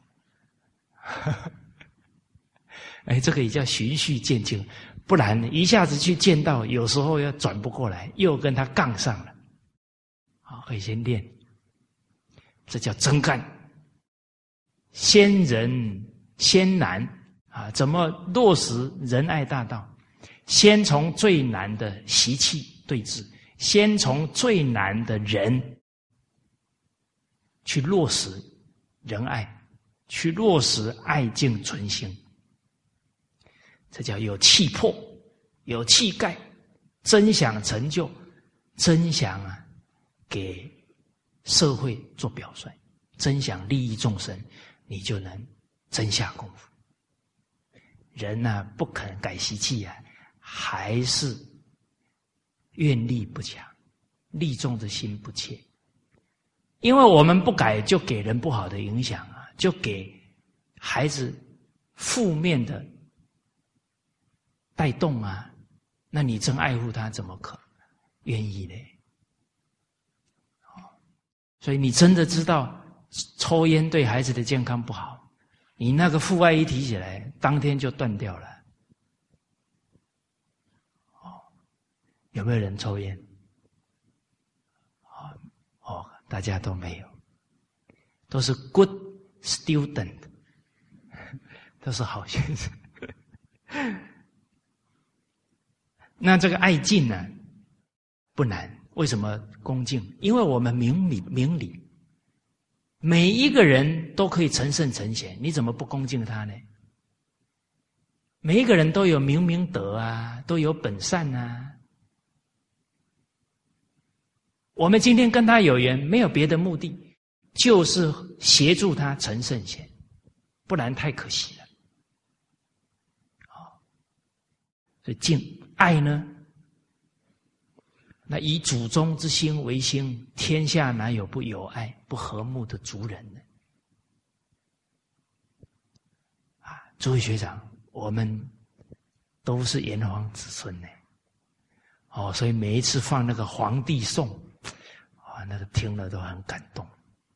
哎，这个也叫循序渐进，不然一下子去见到，有时候要转不过来，又跟他杠上了。好，可以先练，这叫真干。先人先难啊，怎么落实仁爱大道？先从最难的习气对治，先从最难的人去落实仁爱，去落实爱敬存心。这叫有气魄，有气概，真想成就，真想啊给社会做表率，真想利益众生，你就能真下功夫。人呢、啊、不肯改习气啊，还是愿力不强，利众的心不切。因为我们不改，就给人不好的影响啊，就给孩子负面的带动啊，那你真爱护他，怎么可愿意呢？所以你真的知道抽烟对孩子的健康不好，你那个父爱一提起来，当天就断掉了。哦，有没有人抽烟？哦哦，大家都没有，都是 good student， 都是好学生。那这个爱敬呢，不难。为什么恭敬？因为我们明理明理，每一个人都可以成圣成贤，你怎么不恭敬他呢？每一个人都有明明德啊，都有本善啊。我们今天跟他有缘，没有别的目的，就是协助他成圣贤，不然太可惜了。所以敬爱呢，那以祖宗之心为心，天下哪有不友爱不和睦的族人呢？啊，诸位学长，我们都是炎黄子孙呢。哦，所以每一次放那个黄帝颂，啊，那个听了都很感动。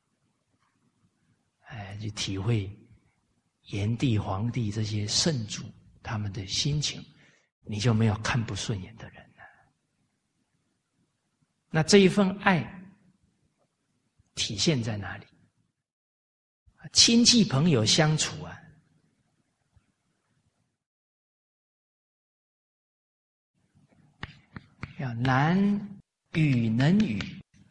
哎，去体会炎帝、黄帝这些圣祖他们的心情，你就没有看不顺眼的人了。那这一份爱体现在哪里？亲戚朋友相处啊，要难与能与，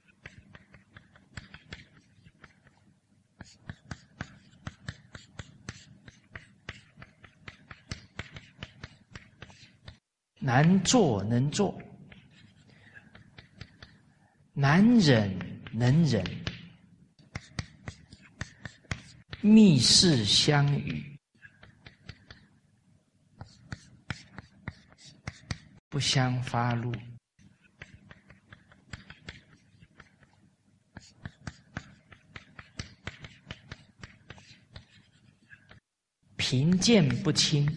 难做能做，难忍能忍，密室相与，不相发怒， 贫贱不亲，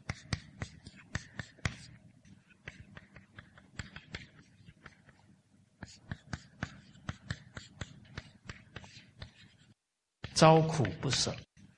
遭苦不舍。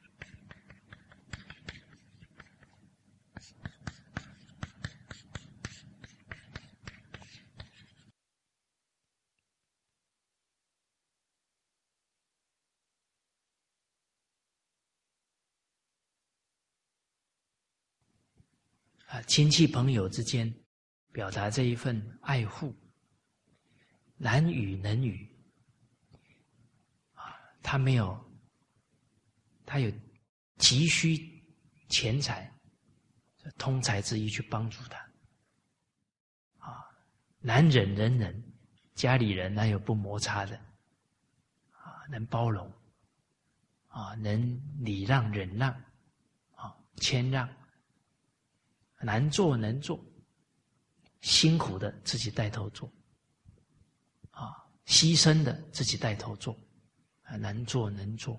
啊，亲戚朋友之间表达这一份爱护，难语能语。啊，他没有，他有急需钱财，通财之意去帮助他。啊，难忍能忍，家里人哪有不摩擦的？啊，能包容，啊，能礼让忍让，啊，谦让。难做能做，辛苦的自己带头做，啊，牺牲的自己带头做，啊，难做能做。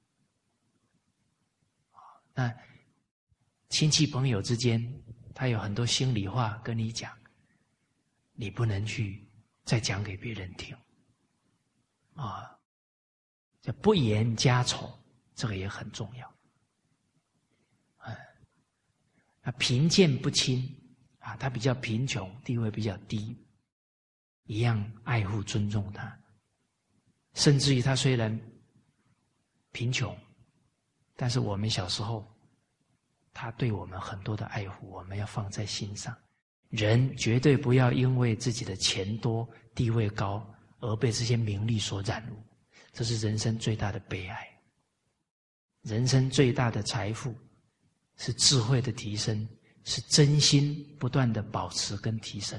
啊，那亲戚朋友之间，他有很多心里话跟你讲，你不能去再讲给别人听，啊，叫不言家丑，这个也很重要。啊，贫贱不亲啊，他比较贫穷，地位比较低，一样爱护尊重他。甚至于他虽然贫穷，但是我们小时候，他对我们很多的爱护，我们要放在心上。人绝对不要因为自己的钱多、地位高而被这些名利所染污，这是人生最大的悲哀。人生最大的财富是智慧的提升，是真心不断的保持跟提升，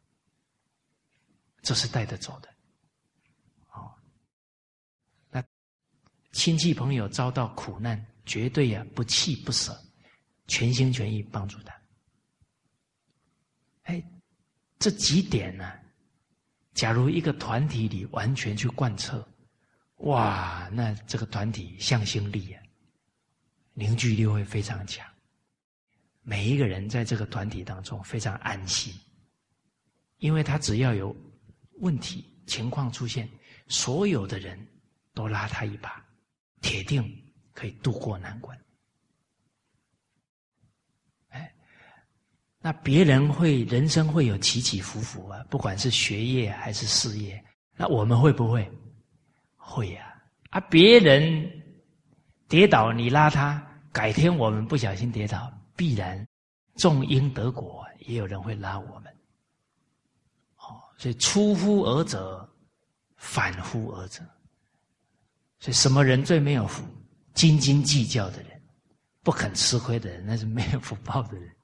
这是带得走的。哦，那亲戚朋友遭到苦难，绝对啊不弃不舍，全心全意帮助他。哎，这几点呢、啊，假如一个团体里完全去贯彻，哇，那这个团体向心力啊，凝聚力会非常强。每一个人在这个团体当中非常安心，因为他只要有问题情况出现，所有的人都拉他一把，铁定可以渡过难关。哎，那别人会人生会有起起伏伏啊，不管是学业还是事业，那我们会不会？会呀、啊！啊，别人跌倒你拉他，改天我们不小心跌倒，必然种因得果，也有人会拉我们。哦，所以出乎尔者，反乎尔者。所以什么人最没有福？斤斤计较的人，不肯吃亏的人，那是没有福报的人。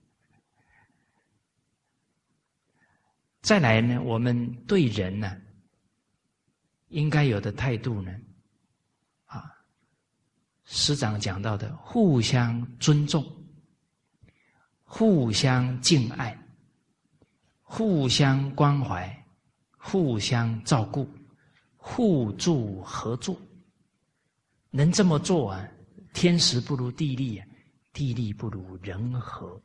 再来呢，我们对人呢、啊，应该有的态度呢，啊，师长讲到的，互相尊重，互相敬爱，互相关怀，互相照顾，互助合作。能这么做啊，天时不如地利啊，地利不如人和。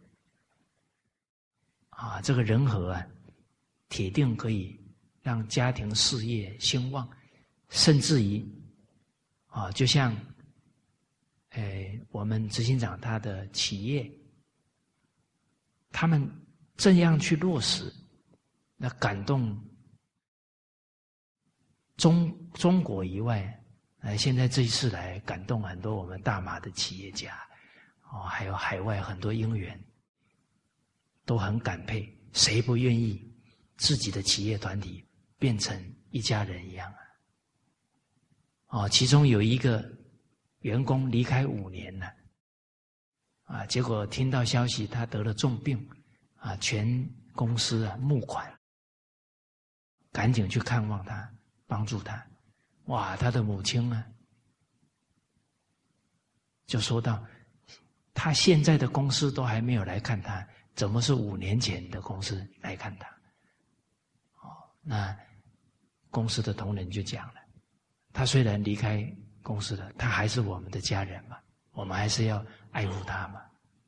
啊，这个人和啊，铁定可以让家庭事业兴旺，甚至于啊，就像呃我们执行长他的企业，他们这样去落实，那感动中中国以外，呃，现在这一次来感动很多我们大马的企业家，哦，还有海外很多因缘，都很感佩，谁不愿意自己的企业团体变成一家人一样啊？哦，其中有一个员工离开五年了，啊，结果听到消息他得了重病，啊，全公司啊募款，赶紧去看望他，帮助他。哇，他的母亲啊，就说到，他现在的公司都还没有来看他，怎么是五年前的公司来看他？哦，那公司的同仁就讲了，他虽然离开公司了，他还是我们的家人嘛，我们还是要爱护他嘛。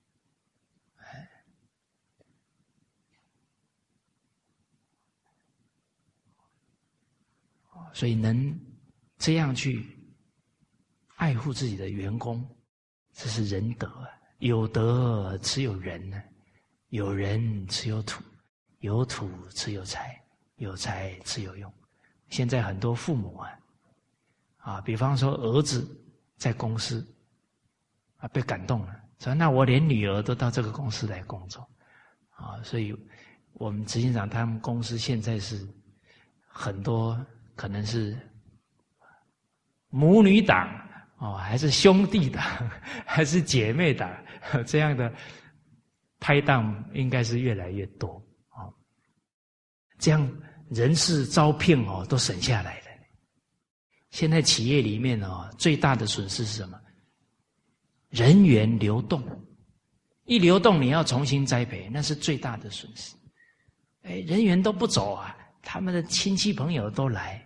所以能这样去爱护自己的员工，这是仁德啊。有德只有仁呢，有仁只有土，有土只有财，有财只有用。现在很多父母啊，啊，比方说儿子在公司啊被感动了，说那我连女儿都到这个公司来工作啊，所以我们执行长他们公司现在是很多可能是母女党哦，还是兄弟党，还是姐妹党，这样的拍档应该是越来越多哦。这样人事招聘哦都省下来了。现在企业里面哦最大的损失是什么？人员流动，一流动你要重新栽培，那是最大的损失。哎，人员都不走啊，他们的亲戚朋友都来。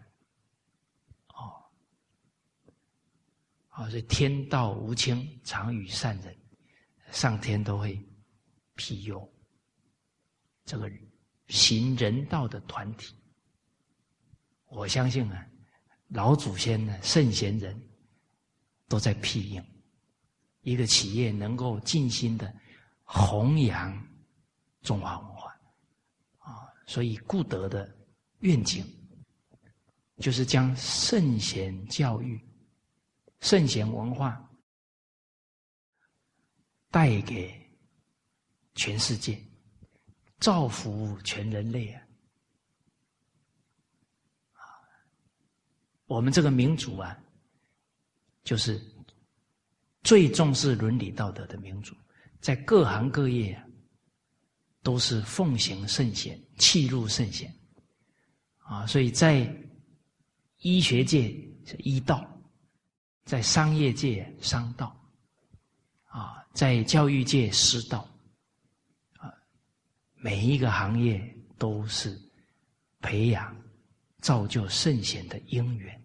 啊，所以天道无亲，常与善人，上天都会庇佑这个行人道的团体。我相信啊，老祖先呢，圣贤人都在庇应一个企业能够尽心的弘扬中华文化啊，所以顾德的愿景就是将圣贤教育、圣贤文化带给全世界，造福全人类啊！我们这个民族啊，就是最重视伦理道德的民族，在各行各业啊，都是奉行圣贤，契入圣贤啊！所以在医学界是医道，在商业界商道，啊，在教育界师道，啊，每一个行业都是培养、造就圣贤的因缘。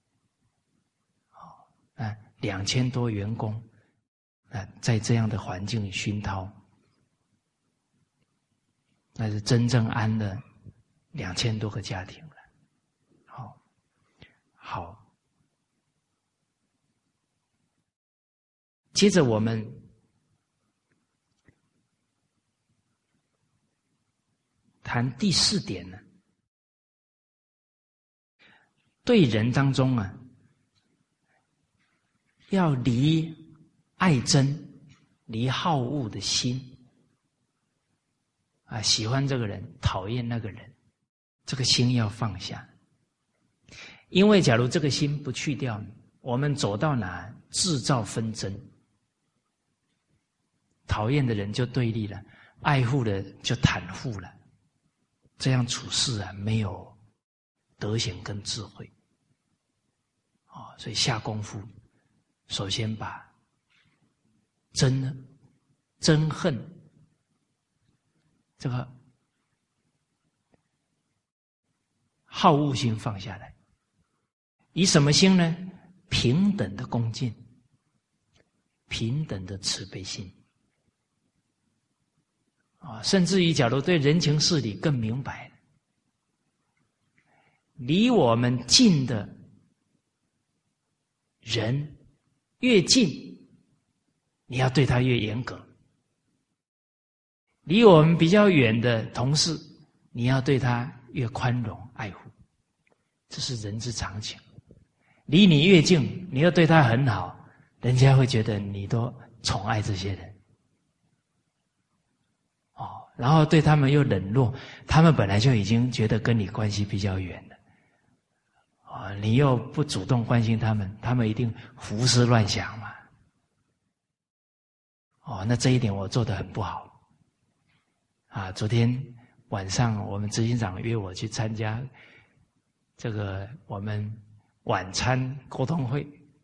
啊，两千多员工，啊，在这样的环境熏陶，那是真正安了两千多个家庭了。好，好。接着我们谈第四点呢，对人当中啊，要离爱憎、离好恶的心啊，喜欢这个人，讨厌那个人，这个心要放下。因为假如这个心不去掉，我们走到哪制造纷争。讨厌的人就对立了，爱护的就袒护了，这样处事啊，没有德行跟智慧。哦，所以下功夫，首先把憎憎恨这个好恶心放下来，以什么心呢？平等的恭敬，平等的慈悲心。啊，甚至于假如对人情事理更明白，离我们近的人越近，你要对他越严格；离我们比较远的同事，你要对他越宽容爱护，这是人之常情。离你越近，你要对他很好，人家会觉得你都宠爱这些人。哦，然后对他们又冷落，他们本来就已经觉得跟你关系比较远了，哦，你又不主动关心他们，他们一定胡思乱想嘛。哦，那这一点我做得很不好。啊，昨天晚上我们执行长约我去参加这个我们晚餐沟通会，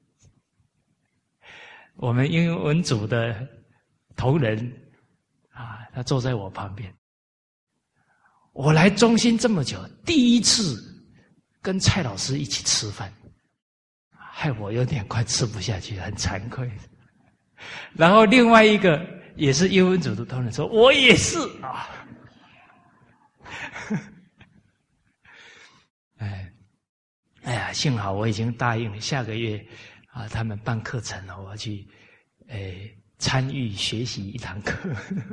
我们英文组的同仁。啊，他坐在我旁边。我来中心这么久，第一次跟蔡老师一起吃饭，害我有点快吃不下去，很惭愧。 然后另外一个也是叶问主的同仁说：“我也是啊。”哎，哎呀，幸好我已经答应了，下个月啊，他们办课程了，我要去哎参与学习一堂课。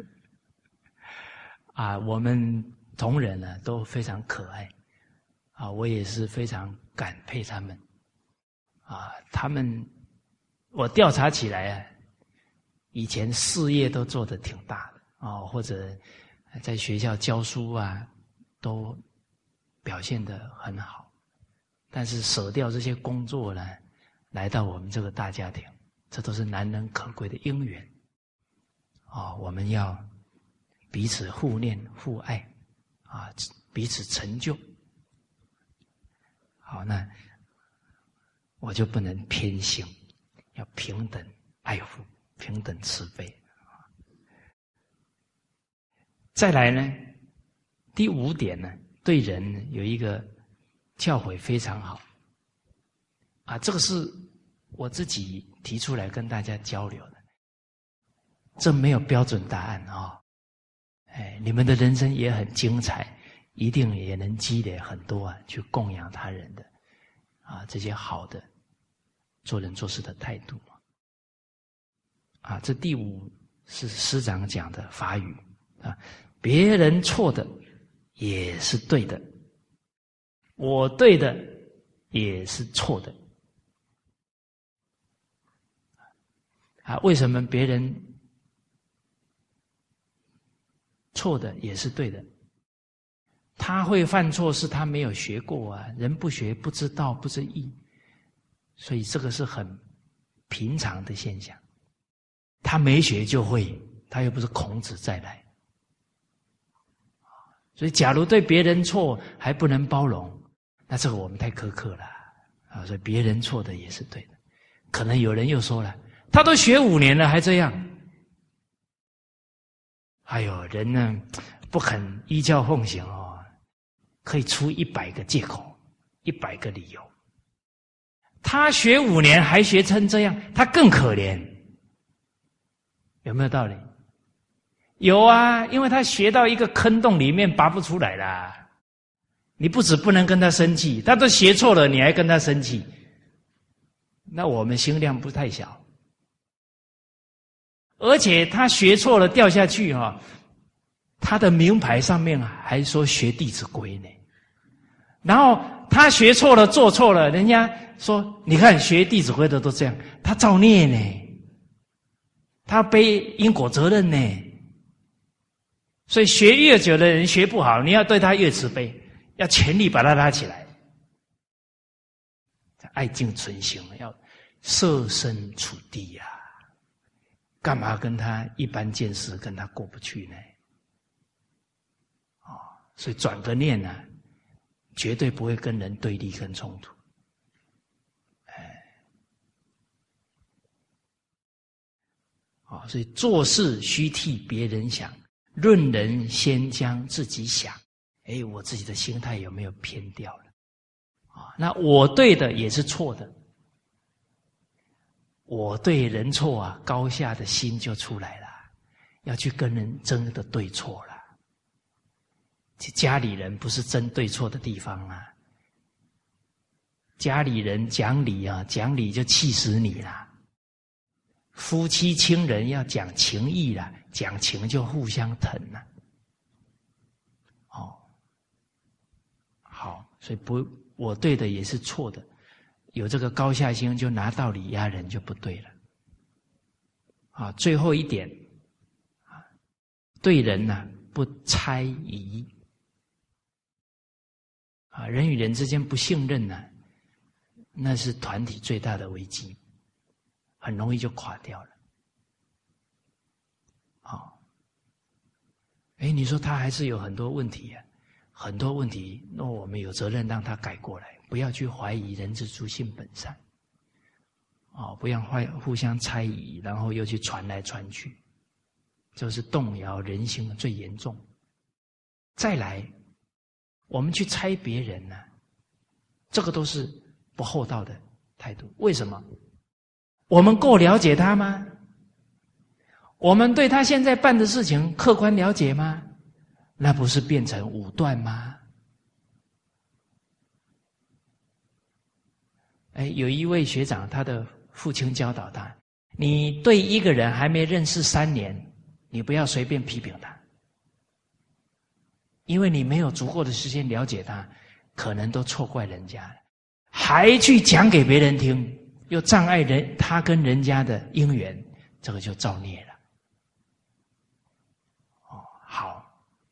啊，我们同仁呢都非常可爱，啊，我也是非常感佩他们，啊，他们我调查起来啊，以前事业都做得挺大的啊，或者在学校教书啊，都表现得很好，但是舍掉这些工作呢，来到我们这个大家庭，这都是难能可贵的因缘啊，我们要彼此互念互爱啊，彼此成就。好，那我就不能偏心，要平等爱护，平等慈悲。再来呢，第五点呢，对人有一个教诲非常好啊，这个是我自己提出来跟大家交流的，这没有标准答案啊、哦。哎，你们的人生也很精彩，一定也能积累很多啊，去供养他人的啊，这些好的做人做事的态度啊。这第五是师长讲的法语啊，别人错的也是对的，我对的也是错的啊。为什么别人错的也是对的？他会犯错是他没有学过啊，人不学不知道不知义，所以这个是很平常的现象。他没学就会，他又不是孔子再来。所以假如对别人错还不能包容，那这个我们太苛刻了啊！所以别人错的也是对的。可能有人又说了，他都学五年了还这样。哎呦，人呢不肯依教奉行哦，可以出一百个借口，一百个理由。他学五年还学成这样，他更可怜，有没有道理？有啊，因为他学到一个坑洞里面拔不出来啦。你不止不能跟他生气，他都学错了，你还跟他生气，那我们心量不太小。而且他学错了掉下去哈、哦，他的名牌上面还说学《弟子规》呢。然后他学错了做错了，人家说你看学《弟子规》的都这样，他造孽呢，他背因果责任呢。所以学越久的人学不好，你要对他越慈悲，要全力把他拉起来，爱敬存心，要设身处地呀、啊。干嘛跟他一般见识跟他过不去呢？哦，所以转个念呢、啊，绝对不会跟人对立跟冲突。哎，哦，所以做事须替别人想，论人先将自己想。哎，我自己的心态有没有偏掉了？啊、哦，那我对的也是错的。我对人错啊，高下的心就出来了，要去跟人争的对错了。家里人不是争对错的地方啊，家里人讲理啊，讲理就气死你了。夫妻亲人要讲情义了，讲情就互相疼了。哦，好，所以不，我对的也是错的。有这个高下心，就拿道理压人就不对了。啊，最后一点，啊，对人呢、啊、不猜疑。啊，人与人之间不信任呢、啊，那是团体最大的危机，很容易就垮掉了。啊，哎，你说他还是有很多问题啊，很多问题，那我们有责任让他改过来。不要去怀疑人之初性本善，哦，不要互相猜疑，然后又去传来传去，这是动摇人心的最严重。再来，我们去猜别人呢、啊，这个都是不厚道的态度。为什么？我们够了解他吗？ 我们对他现在办的事情客观了解吗？那不是变成武断吗？哎，有一位学长，他的父亲教导他：你对一个人还没认识三年，你不要随便批评他，因为你没有足够的时间了解他，可能都错怪人家了，还去讲给别人听，又障碍人他跟人家的因缘，这个就造孽了。哦，好，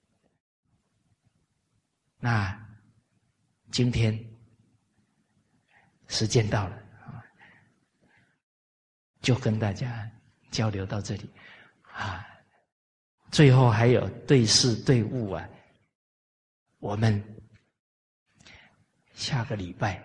那今天时间到了啊，就跟大家交流到这里啊。最后还有对事对物啊，我们下个礼拜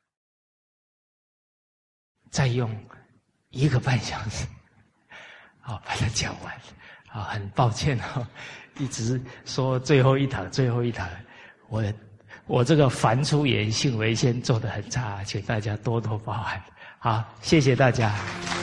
再用一个半小时，好把它讲完。啊，很抱歉哦，一直说最后一堂，最后一堂，我我这个凡出言，信为先做得很差，请大家多多包涵。好，谢谢大家。